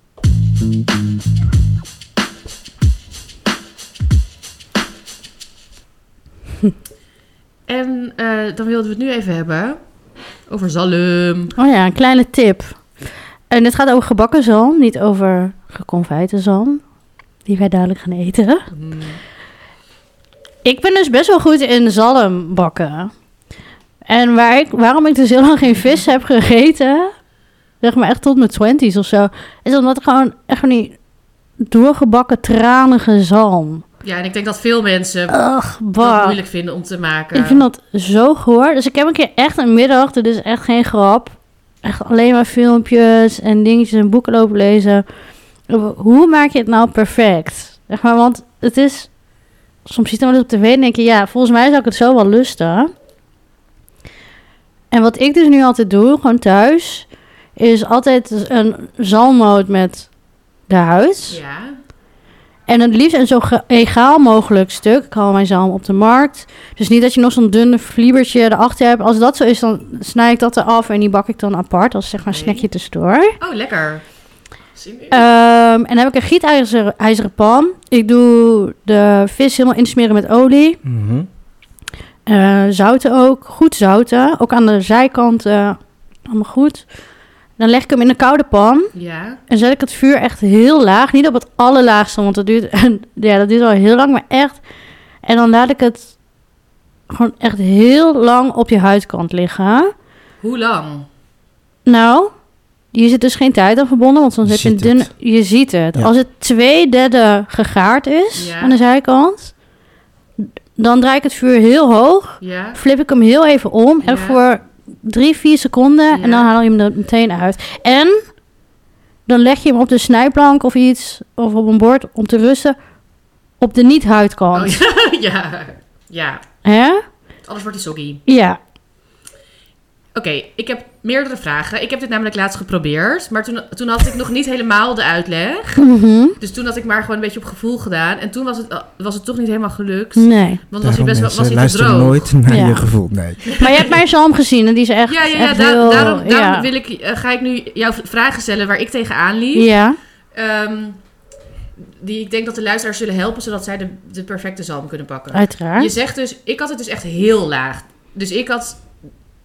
En uh, dan wilden we het nu even hebben over zalm. Oh ja, een kleine tip. En dit gaat over gebakken zalm, niet over geconfijte zalm, die wij dadelijk gaan eten. Mm. Ik ben dus best wel goed in zalm bakken. En waar ik, waarom ik dus heel lang geen vis heb gegeten, zeg maar echt tot mijn twinties of zo, is omdat ik gewoon echt van die doorgebakken tranige zalm. Ja, en ik denk dat veel mensen Ugh, dat bah. moeilijk vinden om te maken. Ik vind dat zo goor. Dus ik heb een keer echt een middag, dit is echt geen grap, echt alleen maar filmpjes en dingetjes en boeken lopen lezen. Hoe maak je het nou perfect? Zeg maar, want het is... Soms ziet je wel eens op tv en denk je, ja, volgens mij zou ik het zo wel lusten. En wat ik dus nu altijd doe, gewoon thuis, is altijd een zalmmoot met de huid. Ja. En het liefst een zo ge- egaal mogelijk stuk. Ik haal mijn zalm op de markt. Dus niet dat je nog zo'n dun vliebertje erachter hebt. Als dat zo is, dan snij ik dat eraf en die bak ik dan apart. Als zeg maar een Nee. snackje tussendoor. Oh, lekker. Zin in. Um, en dan heb ik een gietijzeren ijzeren pan. Ik doe de vis helemaal insmeren met olie. Mm-hmm. Uh, zouten ook. Goed zouten. Ook aan de zijkanten. Allemaal goed. Dan leg ik hem in een koude pan. Ja. En zet ik het vuur echt heel laag. Niet op het allerlaagste, want dat duurt, ja, dat duurt al heel lang. Maar echt. En dan laat ik het gewoon echt heel lang op je huidkant liggen. Hoe lang? Nou, hier zit dus geen tijd aan verbonden. Want soms Je heb je een ziet dunne... het. Je ziet het. Ja. Als het twee derde gegaard is Ja. aan de zijkant, dan draai ik het vuur heel hoog. Ja. Flip ik hem heel even om. En Ja. voor drie, vier seconden. Ja. En dan haal je hem er meteen uit. En dan leg je hem op de snijplank of iets. Of op een bord om te rusten. Op de niet-huidkant. Oh, ja. ja. Ja. Hè? Alles wordt die soggy. Ja. Oké, okay, ik heb meerdere vragen. Ik heb dit namelijk laatst geprobeerd. Maar toen, toen had ik nog niet helemaal de uitleg. Mhm. Dus toen had ik maar gewoon een beetje op gevoel gedaan. En toen was het, was het toch niet helemaal gelukt. Nee. Want was hij best wel was hij te luister droog. nooit naar Ja. je gevoel, nee. Maar je hebt mijn zalm gezien en die is echt, Ja, ja, ja. echt Da- heel... daarom daarom ja. wil ik, uh, ga ik nu jouw vragen stellen waar ik tegenaan liep. Ja. Um, die ik denk dat de luisteraars zullen helpen, zodat zij de, de perfecte zalm kunnen pakken. Uiteraard. Je zegt dus, ik had het dus echt heel laag. Dus ik had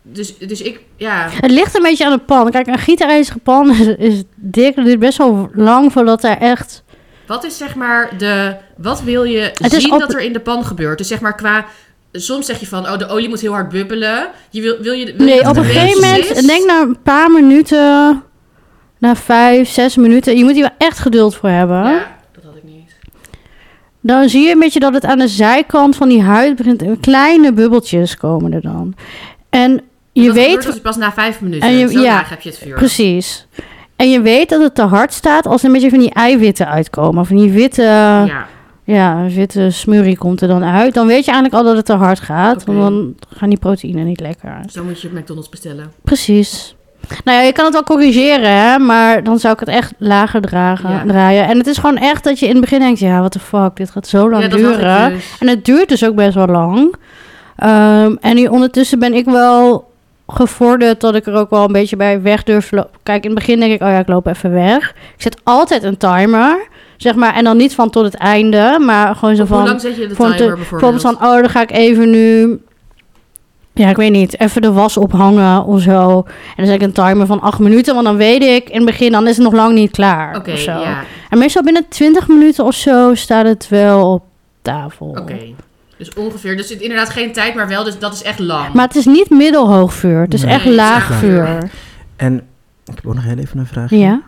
dus, dus ik, ja... Het ligt een beetje aan de pan. Kijk, een gietijzeren pan is, is dik. Het duurt best wel lang voordat er echt... Wat is zeg maar de... Wat wil je Het is zien op- dat er in de pan gebeurt? Dus zeg maar qua... Soms zeg je van, oh, de olie moet heel hard bubbelen. Je wil, wil je... Wil Nee, je op een dat gegeven het moment... is? Denk na een paar minuten... Na vijf, zes minuten... Je moet hier wel echt geduld voor hebben. Ja, dat had ik niet. Dan zie je een beetje dat het aan de zijkant van die huid begint... Kleine bubbeltjes komen er dan. En je dat weet... gebeurt dus pas na vijf minuten. En je- Zo ja, laag heb je het vuur. Precies. En je weet dat het te hard staat als er een beetje van die eiwitten uitkomen. Van die witte... Ja. Ja, witte smurrie komt er dan uit. Dan weet je eigenlijk al dat het te hard gaat. Oké. Want dan gaan die proteïnen niet lekker. Dus dan moet je op McDonald's bestellen. Precies. Nou ja, je kan het wel corrigeren, hè. Maar dan zou ik het echt lager dragen, Ja. draaien. En het is gewoon echt dat je in het begin denkt... Ja, what the fuck, dit gaat zo lang Ja, dat had duren. ik dus. En het duurt dus ook best wel lang. Ehm, en nu ondertussen ben ik wel gevorderd dat ik er ook wel een beetje bij weg durf lopen. Kijk, in het begin denk ik, oh ja, ik loop even weg. Ik zet altijd een timer, zeg maar. En dan niet van tot het einde, maar gewoon zo Op van... hoe lang zet je de van timer te- bijvoorbeeld? Bijvoorbeeld van, oh, dan ga ik even nu... Ja, ik weet niet, even de was ophangen of zo. En dan zet ik een timer van acht minuten, want dan weet ik in het begin, dan is het nog lang niet klaar. Oké, of zo. ja. En meestal binnen twintig minuten of zo staat het wel op tafel. Oké. Dus ongeveer. Dus het is inderdaad geen tijd, maar wel. Dus dat is echt lang. Maar het is niet middelhoog vuur, het is Nee, echt het is laag laag vuur. En ik heb ook nog heel even een vraag. Ja?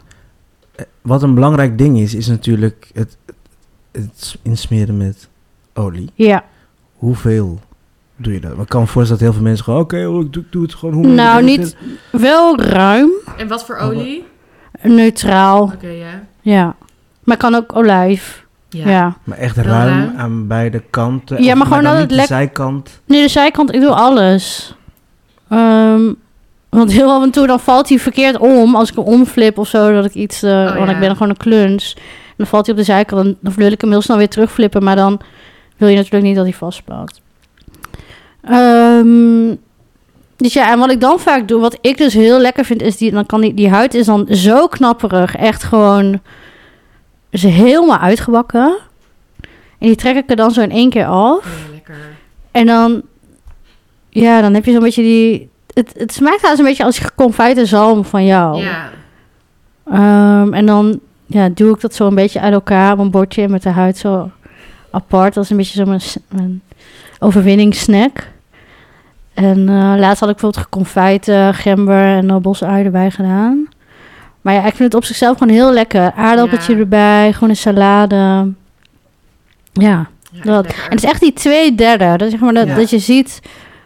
Wat een belangrijk ding is, is natuurlijk het, het insmeren met olie. Ja. Hoeveel doe je dat? Maar ik kan me voorstellen dat heel veel mensen gewoon... Oké, okay, ik doe, doe het gewoon. Hoe Nou, hoe- niet wel ruim, En wat voor olie? neutraal, Oké, ja. ja. Maar kan ook olijf, ja. Maar echt Wel ruim, ruim. aan beide kanten. Ja, Of- maar gewoon dan dat niet het de lek- zijkant. Nee, de zijkant, ik doe alles. Ehm, want heel af en toe dan valt hij verkeerd om. Als ik hem omflip of zo, dat ik iets... eh, Oh, want ja. ik ben gewoon een kluns. En dan valt hij op de zijkant. Dan, dan wil ik hem heel snel weer terugflippen. Maar dan wil je natuurlijk niet dat hij vastplakt. Ehm, dus ja, en wat ik dan vaak doe... Wat ik dus heel lekker vind, is die... Dan kan die, die huid is dan zo knapperig. Echt gewoon... Is helemaal uitgebakken. En die trek ik er dan zo in één keer af. Ja, lekker. En dan, ja, dan heb je zo'n beetje die... Het, het smaakt trouwens een beetje als geconfijte zalm van jou. Ja. Ehm, en dan ja, doe ik dat zo een beetje uit elkaar op een bordje met de huid zo apart. Dat is een beetje zo mijn, s- mijn overwinningssnack. En eh, laatst had ik bijvoorbeeld geconfijte gember en uh, bosuien erbij gedaan. Maar ja, ik vind het op zichzelf gewoon heel lekker. Aardappeltje Ja. erbij, gewoon een salade. Ja. Ja, Dat. lekker. En het is echt die twee derde. Dat, zeg maar dat, Ja. dat je ziet...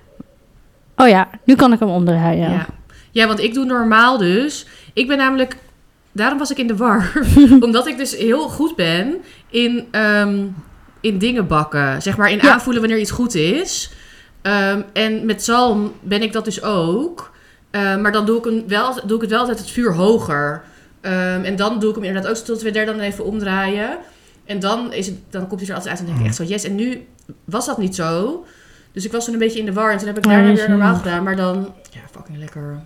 Oh ja, nu kan ik hem omdraaien. Ja. ja, want ik doe normaal dus. Ik ben namelijk... Daarom was ik in de war. Omdat ik dus heel goed ben in, ehm, in dingen bakken. Zeg maar in Ja. aanvoelen wanneer iets goed is. Ehm, en met zalm ben ik dat dus ook. Ehm, maar dan doe ik, hem wel, doe ik het wel altijd het vuur hoger. Ehm, en dan doe ik hem inderdaad ook tot twee derde dan even omdraaien. En dan, is het, dan komt hij er altijd uit en denk ik echt zo yes. En nu was dat niet zo. Dus ik was toen een beetje in de war. En toen heb ik Ja, daarna dat weer is normaal niet. gedaan. Maar dan, ja, fucking lekker.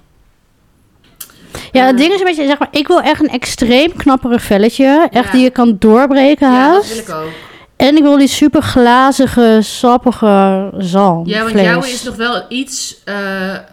Ja, het Eh, ding is een beetje, zeg maar, ik wil echt een extreem knapperig velletje. Echt Ja. die je kan doorbreken Ja, dat haast. wil ik ook. En ik wil die super glazige, sappige zalm. Ja, want vlees. jouw is nog wel iets eh,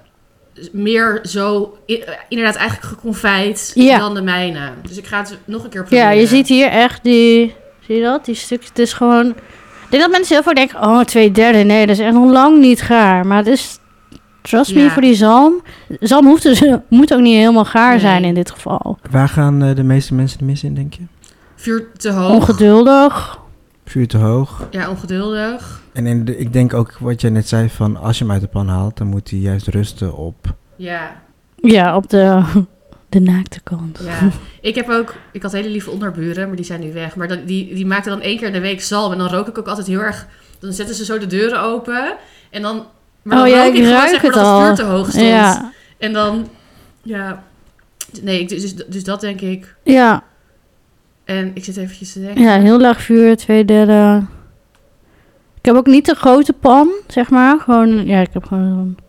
meer zo, i- inderdaad eigenlijk geconfijt Ja. dan de mijne. Dus ik ga het nog een keer Ja, proberen. je ziet hier echt die... Zie je dat? Die stukjes. Het is gewoon... Ik denk dat mensen heel vaak denken... Oh, twee derde. Nee, dat is echt nog lang niet gaar. Maar het is... Trust me, Ja. voor die zalm... Zalm hoeft, dus, moet ook niet helemaal gaar Nee. zijn in dit geval. Waar gaan eh, de meeste mensen er mis in, denk je? Vuur te hoog. Ongeduldig. Vuur te hoog. Ja, ongeduldig. En in de, ik denk ook wat jij net zei van... Als je hem uit de pan haalt, dan moet hij juist rusten op... Ja, Ja, op de, de naakte kant. ja. Ik heb ook... Ik had hele lieve onderburen, maar die zijn nu weg. Maar dan, die, die maakten dan één keer in de week zalm. En dan rook ik ook altijd heel erg... Dan zetten ze zo de deuren open. En dan... Maar dan Oh ja, rook ik ik gewoon ruik zeg maar het dat het vuur al. te hoog stond. Ja, En dan... Ja... Nee, ik, dus, dus dat denk ik. ja, En ik zit eventjes te denken. ja, heel laag vuur, twee derde. Ik heb ook niet de grote pan, zeg maar. Gewoon, ja, ik heb gewoon zo'n...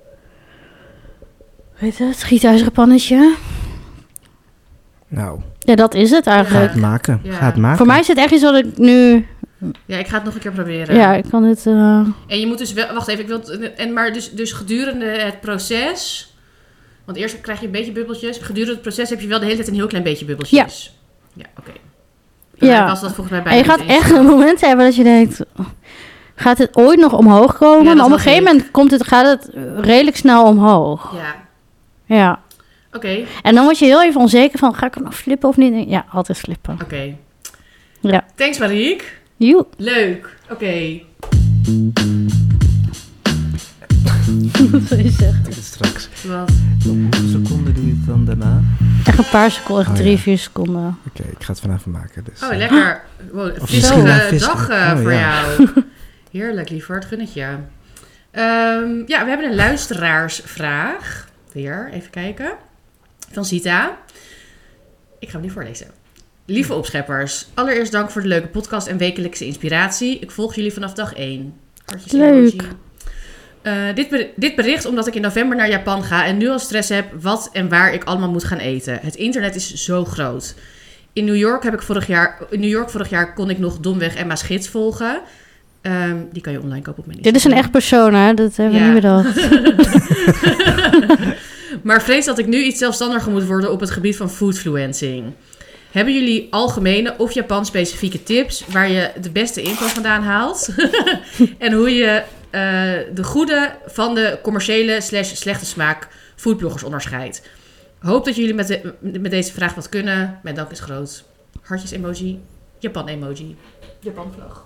Weet je het? Gietijzeren pannetje. Nou, Ja, dat is het ga eigenlijk. het maken. Ja. Ga het maken. Voor mij is het echt iets wat ik nu Ja, ik ga het nog een keer proberen. Ja, ik kan het... Uh... En je moet dus wel... Wacht even, ik wil... Het, en maar dus, dus gedurende het proces... Want eerst krijg je een beetje bubbeltjes. Gedurende het proces heb je wel de hele tijd een heel klein beetje bubbeltjes. Ja, ja oké. Okay. Ja. Was dat volgens mij bij en je gaat echt een moment hebben dat je denkt... Gaat het ooit nog omhoog komen? Ja, maar op een gegeven ik. moment komt het, gaat het redelijk snel omhoog. Ja. Ja. Oké. Okay. En dan word je heel even onzeker van... Ga ik het nog flippen of niet? Ja, altijd flippen. Oké. Okay. Ja. Thanks, Marieke. Joe. Leuk. Oké. Okay. Wat wil je zeggen? Dit is straks. Wat? Hoeveel seconden doe je het dan daarna? Echt een paar seconden, echt oh, drie, ja. vier seconden. Oké, okay, ik ga het vanavond maken. Dus, oh, lekker. Wow, een vieze dag uh, oh, voor ja. jou. Heerlijk, lieverd. Gun het je. Um, ja, we hebben een luisteraarsvraag. Weer, even kijken. Van Zita. Ik ga hem niet voorlezen. Lieve opscheppers, allereerst dank voor de leuke podcast en wekelijkse inspiratie. Ik volg jullie vanaf dag één. Hartjes Leuk. Uh, dit, ber- dit bericht omdat ik in november naar Japan ga en nu al stress heb wat en waar ik allemaal moet gaan eten. Het internet is zo groot. In New York heb ik vorig jaar, in New York vorig jaar kon ik nog domweg Emma's gids volgen. Um, die kan je online kopen op mijn Instagram. Dit is een echt persoon, hè? Dat hebben we ja. niet bedacht. Maar vrees dat ik nu iets zelfstandiger moet worden op het gebied van foodfluencing. Hebben jullie algemene of Japan-specifieke tips waar je de beste info vandaan haalt? En hoe je uh, de goede van de commerciële slash slechte smaak foodbloggers onderscheidt? Hoop dat jullie met, de, met deze vraag wat kunnen. Mijn dank is groot. Hartjes emoji. Japan emoji. Japan vlag.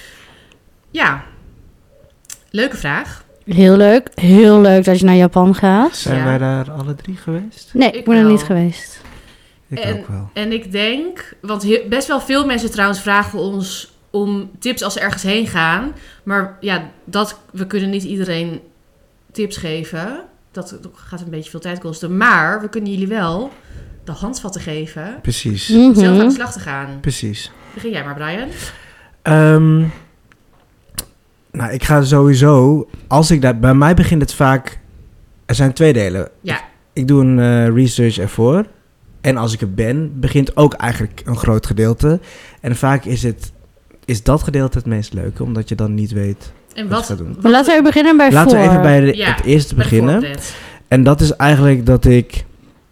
Ja. Leuke vraag. Heel leuk. Heel leuk dat je naar Japan gaat. Zijn ja. wij daar alle drie geweest? Nee, ik, ik ben er niet geweest. Ik en, ook wel. En ik denk, want he- best wel veel mensen trouwens vragen ons om tips als ze ergens heen gaan. Maar ja, dat, we kunnen niet iedereen tips geven. Dat, dat gaat een beetje veel tijd kosten. Maar we kunnen jullie wel de handvatten geven. Precies. Mm-hmm. Zelf aan de slag te gaan. Precies. Begin jij maar, Brian. Um, nou, ik ga sowieso... Als ik daar... Bij mij begint het vaak... Er zijn twee delen. Ja. Ik, ik doe een uh, research ervoor. En als ik er ben, begint ook eigenlijk een groot gedeelte. En vaak is, het, is dat gedeelte het meest leuke, omdat je dan niet weet en wat, wat je gaat doen. Maar laten we even beginnen bij Laten voor. we even bij de, ja, het eerste beginnen. Voorpret. En dat is eigenlijk dat ik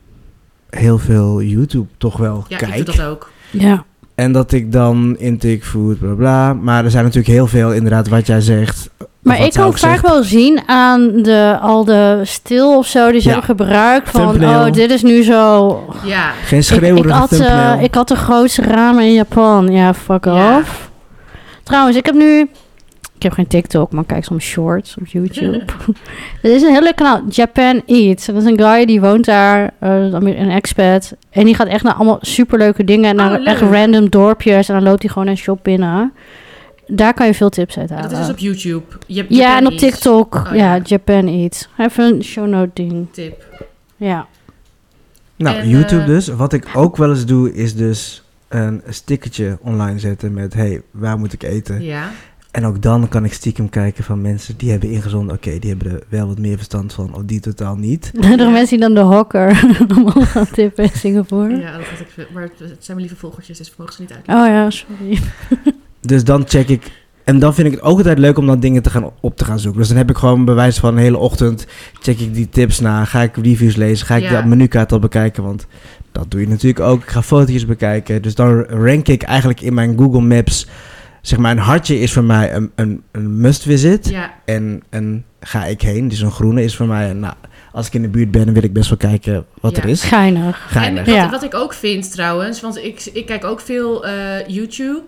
heel veel YouTube toch wel ja, kijk. Ja, ik doe dat ook. Ja. En dat ik dan intake food, bla bla. Maar er zijn natuurlijk heel veel, inderdaad, wat jij zegt. Maar ik kan vaak zegt. wel zien aan de, al de stil of zo die ze ja. hebben gebruikt. Van, thumbnail. Oh, dit is nu zo... Ja. Geen schreeuwende ik, ik, had, thumbnail. Uh, ik had de grootste ramen in Japan. Ja, fuck ja. off. Trouwens, ik heb nu... Ik heb geen TikTok, maar ik kijk soms shorts op YouTube. Er is een heel leuk kanaal, Japan Eats. Dat is een guy die woont daar, uh, een expat. En die gaat echt naar allemaal superleuke dingen. En naar oh, echt random dorpjes. En dan loopt hij gewoon een shop binnen. Daar kan je veel tips uit halen. En dat is dus op YouTube. Je ja, en op Eats. TikTok. Oh, ja, ja, Japan Eats. Even een show note ding. Tip. Ja. Nou, en, YouTube uh, dus. Wat ik ook wel eens doe, is dus een stickertje online zetten met... Hey, waar moet ik eten? Ja. En ook dan kan ik stiekem kijken van mensen die hebben ingezonden... Oké, okay, die hebben er wel wat meer verstand van, of die totaal niet. Er ja. mensen die dan de hokker allemaal gaan tippen in Singapore. Ja, dat had ik veel. Maar het zijn mijn lieve volgertjes, dus mogen ze niet uit. Oh ja, sorry. Dus dan check ik... En dan vind ik het ook altijd leuk om dan dingen te gaan op te gaan zoeken. Dus dan heb ik gewoon bewijs van een hele ochtend... check ik die tips na, ga ik reviews lezen... ga ik ja. de menukaart al bekijken, want... dat doe je natuurlijk ook. Ik ga fotootjes bekijken. Dus dan rank ik eigenlijk in mijn Google Maps... zeg maar, een hartje is voor mij een, een, een must-visit. Ja. En een ga ik heen, dus een groene is voor mij... nou, als ik in de buurt ben, dan wil ik best wel kijken wat ja. er is. Geinig. Geinig. En wat, ja. wat ik ook vind trouwens... want ik, ik kijk ook veel uh, YouTube...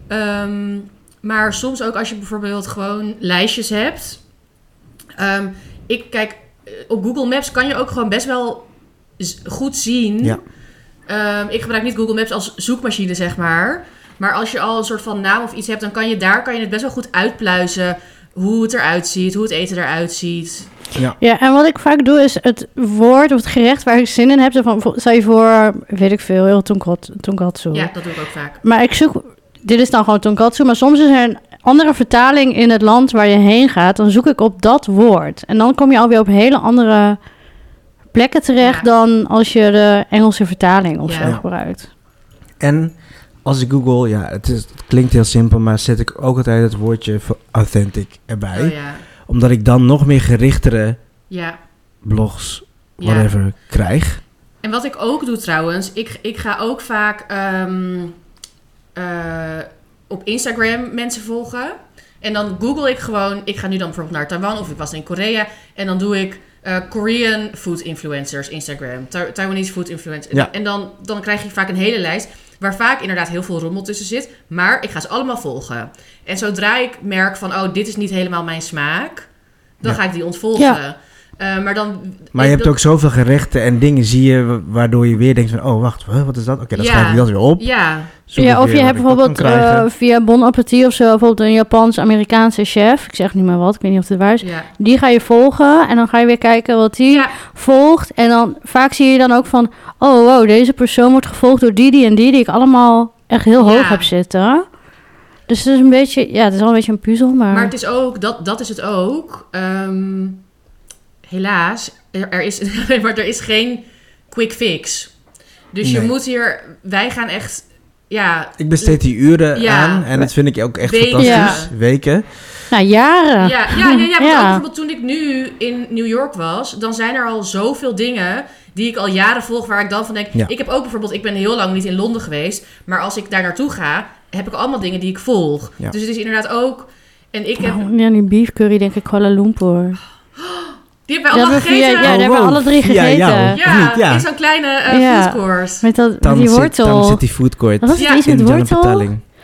Um, maar soms ook als je bijvoorbeeld gewoon lijstjes hebt. Um, ik kijk, op Google Maps kan je ook gewoon best wel goed zien. Ja. Um, ik gebruik niet Google Maps als zoekmachine, zeg maar. Maar als je al een soort van naam of iets hebt, dan kan je daar kan je het best wel goed uitpluizen. Hoe het eruit ziet, hoe het eten eruit ziet. Ja. ja, en wat ik vaak doe is het woord of het gerecht waar ik zin in heb. Van, stel je voor, weet ik veel, heel tonkatsu. Ja, dat doe ik ook vaak. Maar ik zoek... Dit is dan gewoon tonkatsu, maar soms is er een andere vertaling in het land waar je heen gaat. Dan zoek ik op dat woord. En dan kom je alweer op hele andere plekken terecht ja. dan als je de Engelse vertaling of ja. zo gebruikt. En als ik google, ja, het, is, het klinkt heel simpel, maar zet ik ook altijd het woordje voor authentic erbij. Oh, ja. Omdat ik dan nog meer gerichtere Ja. blogs, whatever, ja. krijg. En wat ik ook doe trouwens, ik, ik ga ook vaak um, uh, op Instagram mensen volgen. En dan google ik gewoon, ik ga nu dan bijvoorbeeld naar Taiwan of ik was in Korea. En dan doe ik uh, Korean food influencers Instagram, Ta- Taiwanese food influencers. Ja. En dan, dan krijg je vaak een hele lijst waar vaak inderdaad heel veel rommel tussen zit. Maar ik ga ze allemaal volgen. En zodra ik merk van, oh, dit is niet helemaal mijn smaak, dan ja. ga ik die ontvolgen. Ja. Uh, maar dan, maar je hebt dat... ook zoveel gerechten en dingen zie je waardoor je weer denkt van, oh wacht, wat is dat? Oké, okay, dan ja. schrijf ik dat weer op. Ja, ja of je hebt bijvoorbeeld uh, via Bon Appetit of zo, bijvoorbeeld een Japans-Amerikaanse chef, ik zeg niet maar wat, ik weet niet of het waar is, ja. die ga je volgen en dan ga je weer kijken wat die ja. volgt. En dan vaak zie je dan ook van, oh wow, deze persoon wordt gevolgd door die, die en die, die ik allemaal echt heel hoog ja. heb zitten. Dus het is een beetje, ja, het is wel een beetje een puzzel, maar... Maar het is ook, dat, dat is het ook... Um... Helaas, er, er, is, maar er is geen quick fix. Dus nee. je moet hier... Wij gaan echt... Ja, ik besteed die uren ja, aan en dat vind ik ook echt weken. fantastisch. Ja. Weken. Nou, jaren. Ja, ja, ja, ja, ja. Ook bijvoorbeeld toen ik nu in New York was, dan zijn er al zoveel dingen die ik al jaren volg, waar ik dan van denk... Ja. Ik heb ook bijvoorbeeld... Ik ben heel lang niet in Londen geweest, maar als ik daar naartoe ga, heb ik allemaal dingen die ik volg. Ja. Dus het is inderdaad ook... En ik heb... Oh, ja, die beef curry denk ik Kuala Lumpur. Die hebben we allemaal gegeten. Via, ja, die hebben we alle drie gegeten. Ja, ja, ja. In zo'n kleine uh, ja. food court. Met, dat, met die wortel. Dan zit die food court. Wat was het ja. iets met wortel?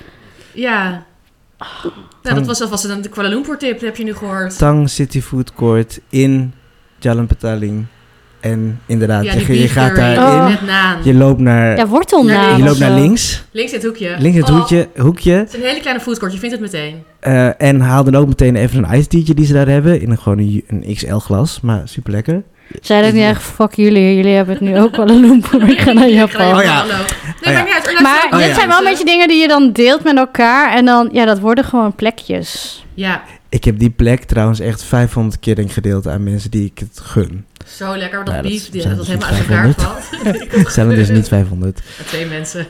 Ja. Oh. Nou, dat was, dat was dan de Kuala Lumpur tip, heb je nu gehoord. Tang City Food Court in Jalan Petaling. En inderdaad, ja, je, je gaat daarin. Oh. Met naan. Je loopt naar... Ja, wortelnaan. Je loopt naar links. Links in het hoekje. Links in het oh. hoekje, hoekje. Het is een hele kleine foodcourt, je vindt het meteen. Uh, en haal dan ook meteen even een iced tea'tje die ze daar hebben. In een, gewoon een, een X L glas, maar super lekker. Zij dat niet echt, fuck jullie. Jullie hebben het nu ook wel een Lumpur. Ik ga naar Japan. Oh ja. Nee, oh ja. Niet uit. Maar oh dit ja. zijn wel een beetje dingen die je dan deelt met elkaar. En dan, ja, dat worden gewoon plekjes. Ja. Ik heb die plek trouwens echt vijfhonderd keer denk gedeeld aan mensen die ik het gun. Zo lekker, dat ja, beef, die, dat, dat helemaal uit elkaar valt. Zijn er dus niet vijfhonderd. Twee mensen.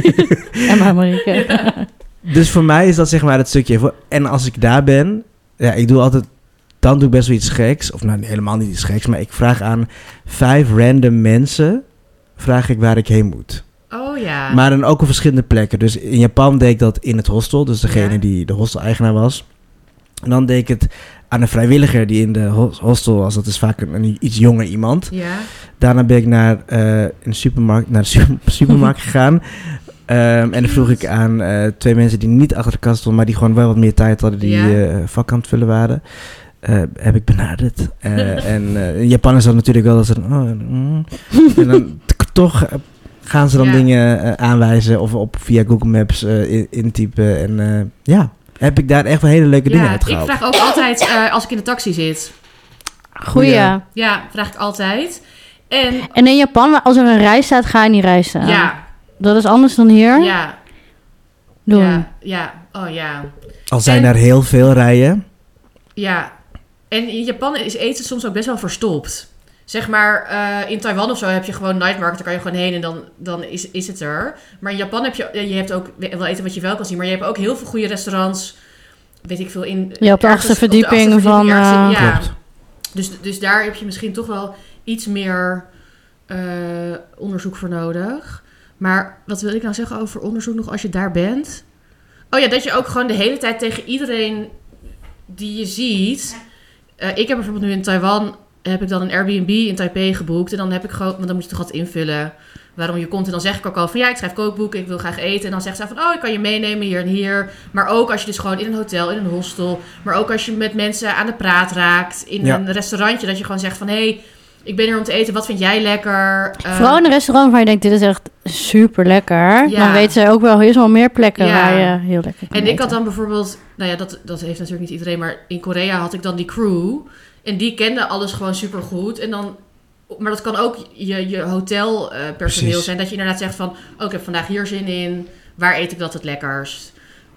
En maar Marieke. Ja. Dus voor mij is dat zeg maar het stukje. En als ik daar ben, ja, ik doe altijd, dan doe ik best wel iets geks. Of nou, helemaal niet iets geks, maar ik vraag aan vijf random mensen, vraag ik waar ik heen moet. Oh ja. Maar dan ook op verschillende plekken. Dus in Japan deed ik dat in het hostel, dus degene ja. die de hostel-eigenaar was. En dan deed ik het aan een vrijwilliger die in de hostel was. Dat is vaak een, een iets jonger iemand. Ja. Daarna ben ik naar, uh, een supermarkt, naar de super, supermarkt gegaan. Um, en dan vroeg ik aan uh, twee mensen die niet achter de kast stonden, maar die gewoon wel wat meer tijd hadden, die ja. uh, vak aan het vullen waren. Uh, heb ik benaderd. Uh, en uh, in Japan is dat natuurlijk wel dat ze... Oh, mm. En dan t- toch uh, gaan ze dan ja. dingen uh, aanwijzen of op via Google Maps uh, in, intypen. En uh, ja... heb ik daar echt wel hele leuke ja, dingen uit gehaald. Ik vraag ook altijd uh, als ik in de taxi zit. Goeie. Ja, ja vraag ik altijd. En, en in Japan, als er een rij staat, ga je niet rij staan. Ja. Dat is anders dan hier? Ja. Doen. Ja, ja. Oh ja. Al zijn en, er heel veel rijen. Ja. En in Japan is eten soms ook best wel verstopt. Zeg maar, uh, in Taiwan of zo heb je gewoon night market, daar kan je gewoon heen en dan, dan is, is het er. Maar in Japan heb je, je hebt ook wel eten wat je wel kan zien, maar je hebt ook heel veel goede restaurants, weet ik veel, in... Ja, op de achtste verdieping van... Uh, ja, klopt. Dus, dus daar heb je misschien toch wel iets meer uh, onderzoek voor nodig. Maar wat wil ik nou zeggen over onderzoek nog als je daar bent? Oh ja, dat je ook gewoon de hele tijd tegen iedereen die je ziet... Uh, ik heb bijvoorbeeld nu in Taiwan... heb ik dan een Airbnb in Taipei geboekt. En dan heb ik gewoon... Want dan moet je toch wat invullen waarom je komt. En dan zeg ik ook al van... Ja, ik schrijf kookboeken. Ik wil graag eten. En dan zegt ze van... Oh, ik kan je meenemen hier en hier. Maar ook als je dus gewoon in een hotel, in een hostel. Maar ook als je met mensen aan de praat raakt. In ja. een restaurantje. Dat je gewoon zegt van... Hé, hey, ik ben hier om te eten. Wat vind jij lekker? Uh, Vooral in een restaurant waar je denkt... Dit is echt super lekker. Ja. Dan weten ze ook wel... Er is wel meer plekken ja. waar je heel lekker kan En eten. Ik had dan bijvoorbeeld... Nou ja, dat, dat heeft natuurlijk niet iedereen. Maar in Korea had ik dan die crew... En die kenden alles gewoon supergoed. En dan, maar dat kan ook je, je hotelpersoneel uh, zijn. Dat je inderdaad zegt van... Oh, ik heb vandaag hier zin in. Waar eet ik dat het lekkerst?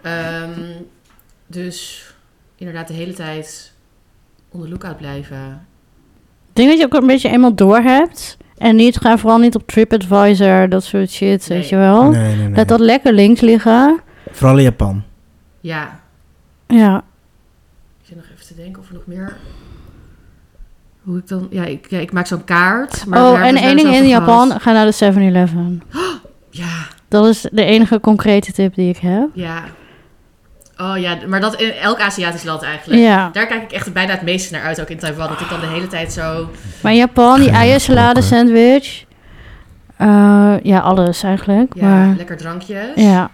Um, dus inderdaad de hele tijd on the lookout blijven. denk dat je ook een beetje eenmaal door hebt. En niet, ga vooral niet op TripAdvisor, dat soort shit, Nee. weet je wel. Nee, nee, nee. Laat dat lekker links liggen. Vooral in Japan. Ja. Ja. Ik zit nog even te denken of er nog meer... Hoe ik dan... Ja, ik, ja, ik maak zo'n kaart. Maar daar Oh, hebben en we het één wel ding eens in over Japan, gehad. ga naar de seven eleven. Ja, Dat is de enige concrete tip die ik heb. ja. Oh ja, maar dat in elk Aziatisch land eigenlijk. Ja. Daar kijk ik echt bijna het meeste naar uit, ook in Taiwan. Dat ik dan de hele tijd zo... Maar in Japan, die Ja, eiersalade klokken. sandwich. Uh, ja, alles eigenlijk. Ja, Maar, lekker drankjes. ja.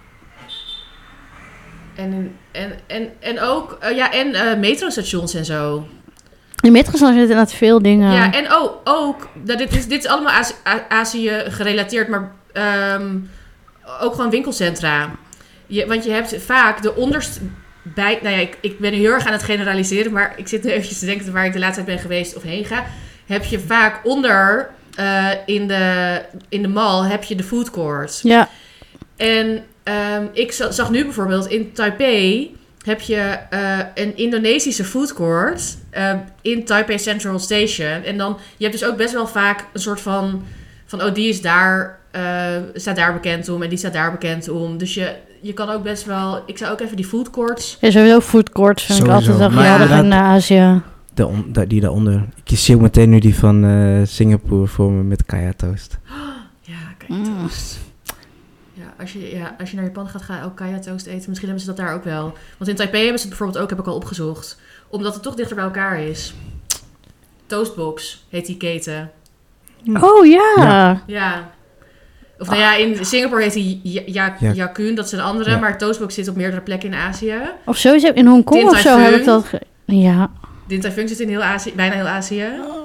En, en, en, en ook... uh, ja, en uh, metrostations en zo. In metrostations zitten inderdaad veel dingen. Ja, en oh, ook... Nou, dit, is, dit is allemaal Azië, Azië gerelateerd, maar... Um, ook gewoon winkelcentra. Je, want je hebt vaak de onderste... Bij, nou ja, ik, ik ben nu heel erg aan het generaliseren, maar ik zit nu eventjes te denken waar ik de laatste tijd ben geweest of heen ga. Heb je vaak onder uh, in, de, in de mall heb je de food court. Ja. En um, ik zag nu bijvoorbeeld in Taipei heb je uh, een Indonesische food court uh, in Taipei Central Station. En dan, je hebt dus ook best wel vaak een soort van, van oh, die is daar, uh, staat daar bekend om en die staat daar bekend om. Dus je, je kan ook best wel, ik zou ook even die food courts. Ja, sowieso food courts vind Sowieso. ik altijd wel Maar geweldig in inderdaad- uh, Azië. De on, de- die daaronder. Ik zie ook meteen nu die van eh, Singapore voor me met kaya toast. Ja, kijk, Mm. toast. Ja als, je, ja, als je naar Japan gaat, ga je ook kaya toast eten. Misschien hebben ze dat daar ook wel. Want in Taipei hebben ze het bijvoorbeeld ook, heb ik al opgezocht. Omdat het toch dichter bij elkaar is. Toastbox heet die keten. Oh ja. Ja. Ja. Of nou ja, in Singapore heet die Ja- Ja- Ja. Yakun, dat is een andere. Ja. Maar Toastbox zit op meerdere plekken in Azië. Of sowieso in Hongkong Din of zo Tai heb ik Fung. dat... ge- Ja. Din Tai Fung zit in heel Azië, bijna heel Azië.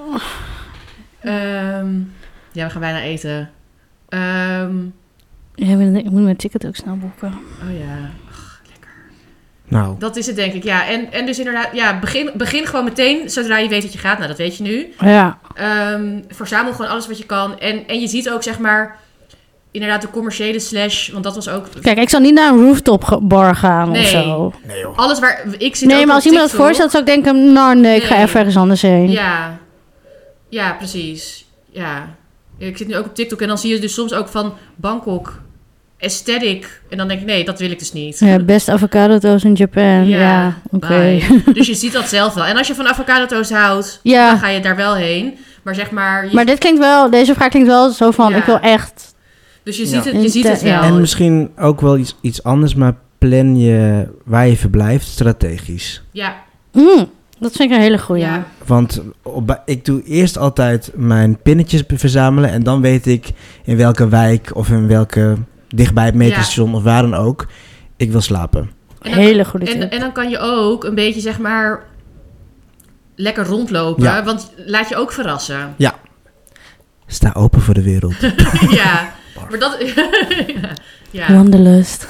Ehm, ja, we gaan bijna eten. Ehm, Ja, ik moet- ik moet mijn ticket ook snel boeken. oh ja. Nou, Dat is het, denk ik, ja. En, en dus inderdaad, ja, begin, begin gewoon meteen zodra je weet dat je gaat. Nou, dat weet je nu. Ja. Ehm, verzamel gewoon alles wat je kan. En, en je ziet ook, zeg maar, inderdaad de commerciële slash... Want dat was ook... Kijk, ik zal niet naar een rooftop ge- bar gaan Nee. of zo. nee joh. Alles waar... Ik zit Nee, ook maar op als iemand het TikTok. voorstelt, zou ik denken... Nou, nee, ik ga Nee. even ergens anders heen. Ja. Ja, precies. Ja. Ik zit nu ook op TikTok en dan zie je dus soms ook van Bangkok aesthetic. En dan denk ik, nee, dat wil ik dus niet. Ja, best avocado toast in Japan. Ja, oké. bye. Dus je ziet dat zelf wel. En als je van avocado toast houdt, Ja. dan ga je daar wel heen. Maar zeg maar... Je, Maar dit klinkt wel... Deze vraag klinkt wel zo van... Ja. Ik wil echt... dus je Ja. ziet het, je ziet het Ja. wel. En misschien ook wel iets, iets anders, maar plan je waar je verblijft strategisch. Ja. Mm, dat vind ik een hele goeie. Ja. Want op, ik doe eerst altijd mijn pinnetjes verzamelen en dan weet ik in welke wijk of in welke dichtbij het metrostation of waar dan ook ik wil slapen. En dan, Hele goede tip. en, en dan kan je ook een beetje, zeg maar, lekker rondlopen. Ja. Want laat je ook verrassen. Sta open voor de wereld. Ja. Maar dat... ja. Ja. Wanderlust.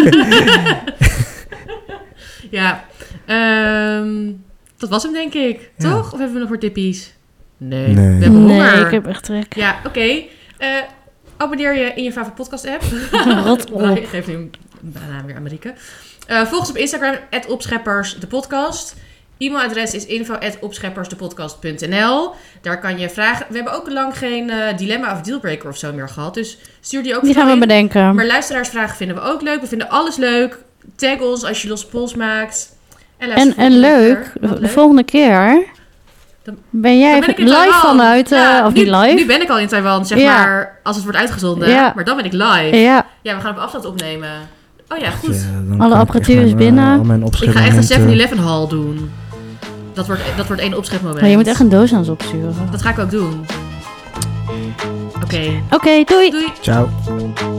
Ja. Ehm, dat was hem, denk ik. Ja. Toch? Of hebben we nog meer tippies? Nee. Nee. We hebben Nee, honger. ik heb echt trek. Ja, oké. Eh, abonneer je in je favoriete podcast-app. Rot op. Ik geef nu een banaan weer aan Marieke. Uh, volg ons op Instagram, at opscheppers de podcast. E-mailadres is info at opscheppersdepodcast punt n l. Daar kan je vragen. We hebben ook lang geen uh, dilemma of dealbreaker of zo meer gehad. Dus stuur die ook Die gaan we vooral in. bedenken. Maar luisteraarsvragen vinden we ook leuk. We vinden alles leuk. Tag ons als je losse pols maakt. En, En, luister en volgende leuk, keer. Wat de leuk. volgende keer Dan- ben jij Dan ben ik in live Taiwan. vanuit, uh, Ja, of nu, niet live? Nu ben ik al in Taiwan, zeg Ja. maar, als het wordt uitgezonden. Ja. Maar dan ben ik live. Ja, Ja, we gaan op afstand opnemen. Oh ja, goed. Ja, dan Alle kan ik apparatuur echt is mijn, binnen. eh, al mijn Ik ga echt een opschepmomenten- seven eleven haul doen. Dat wordt, dat wordt één opschepmoment. maar je moet echt een doos aan ons opsturen. Dat ga ik ook doen. Oké. Oké, doei! Doei. Ciao.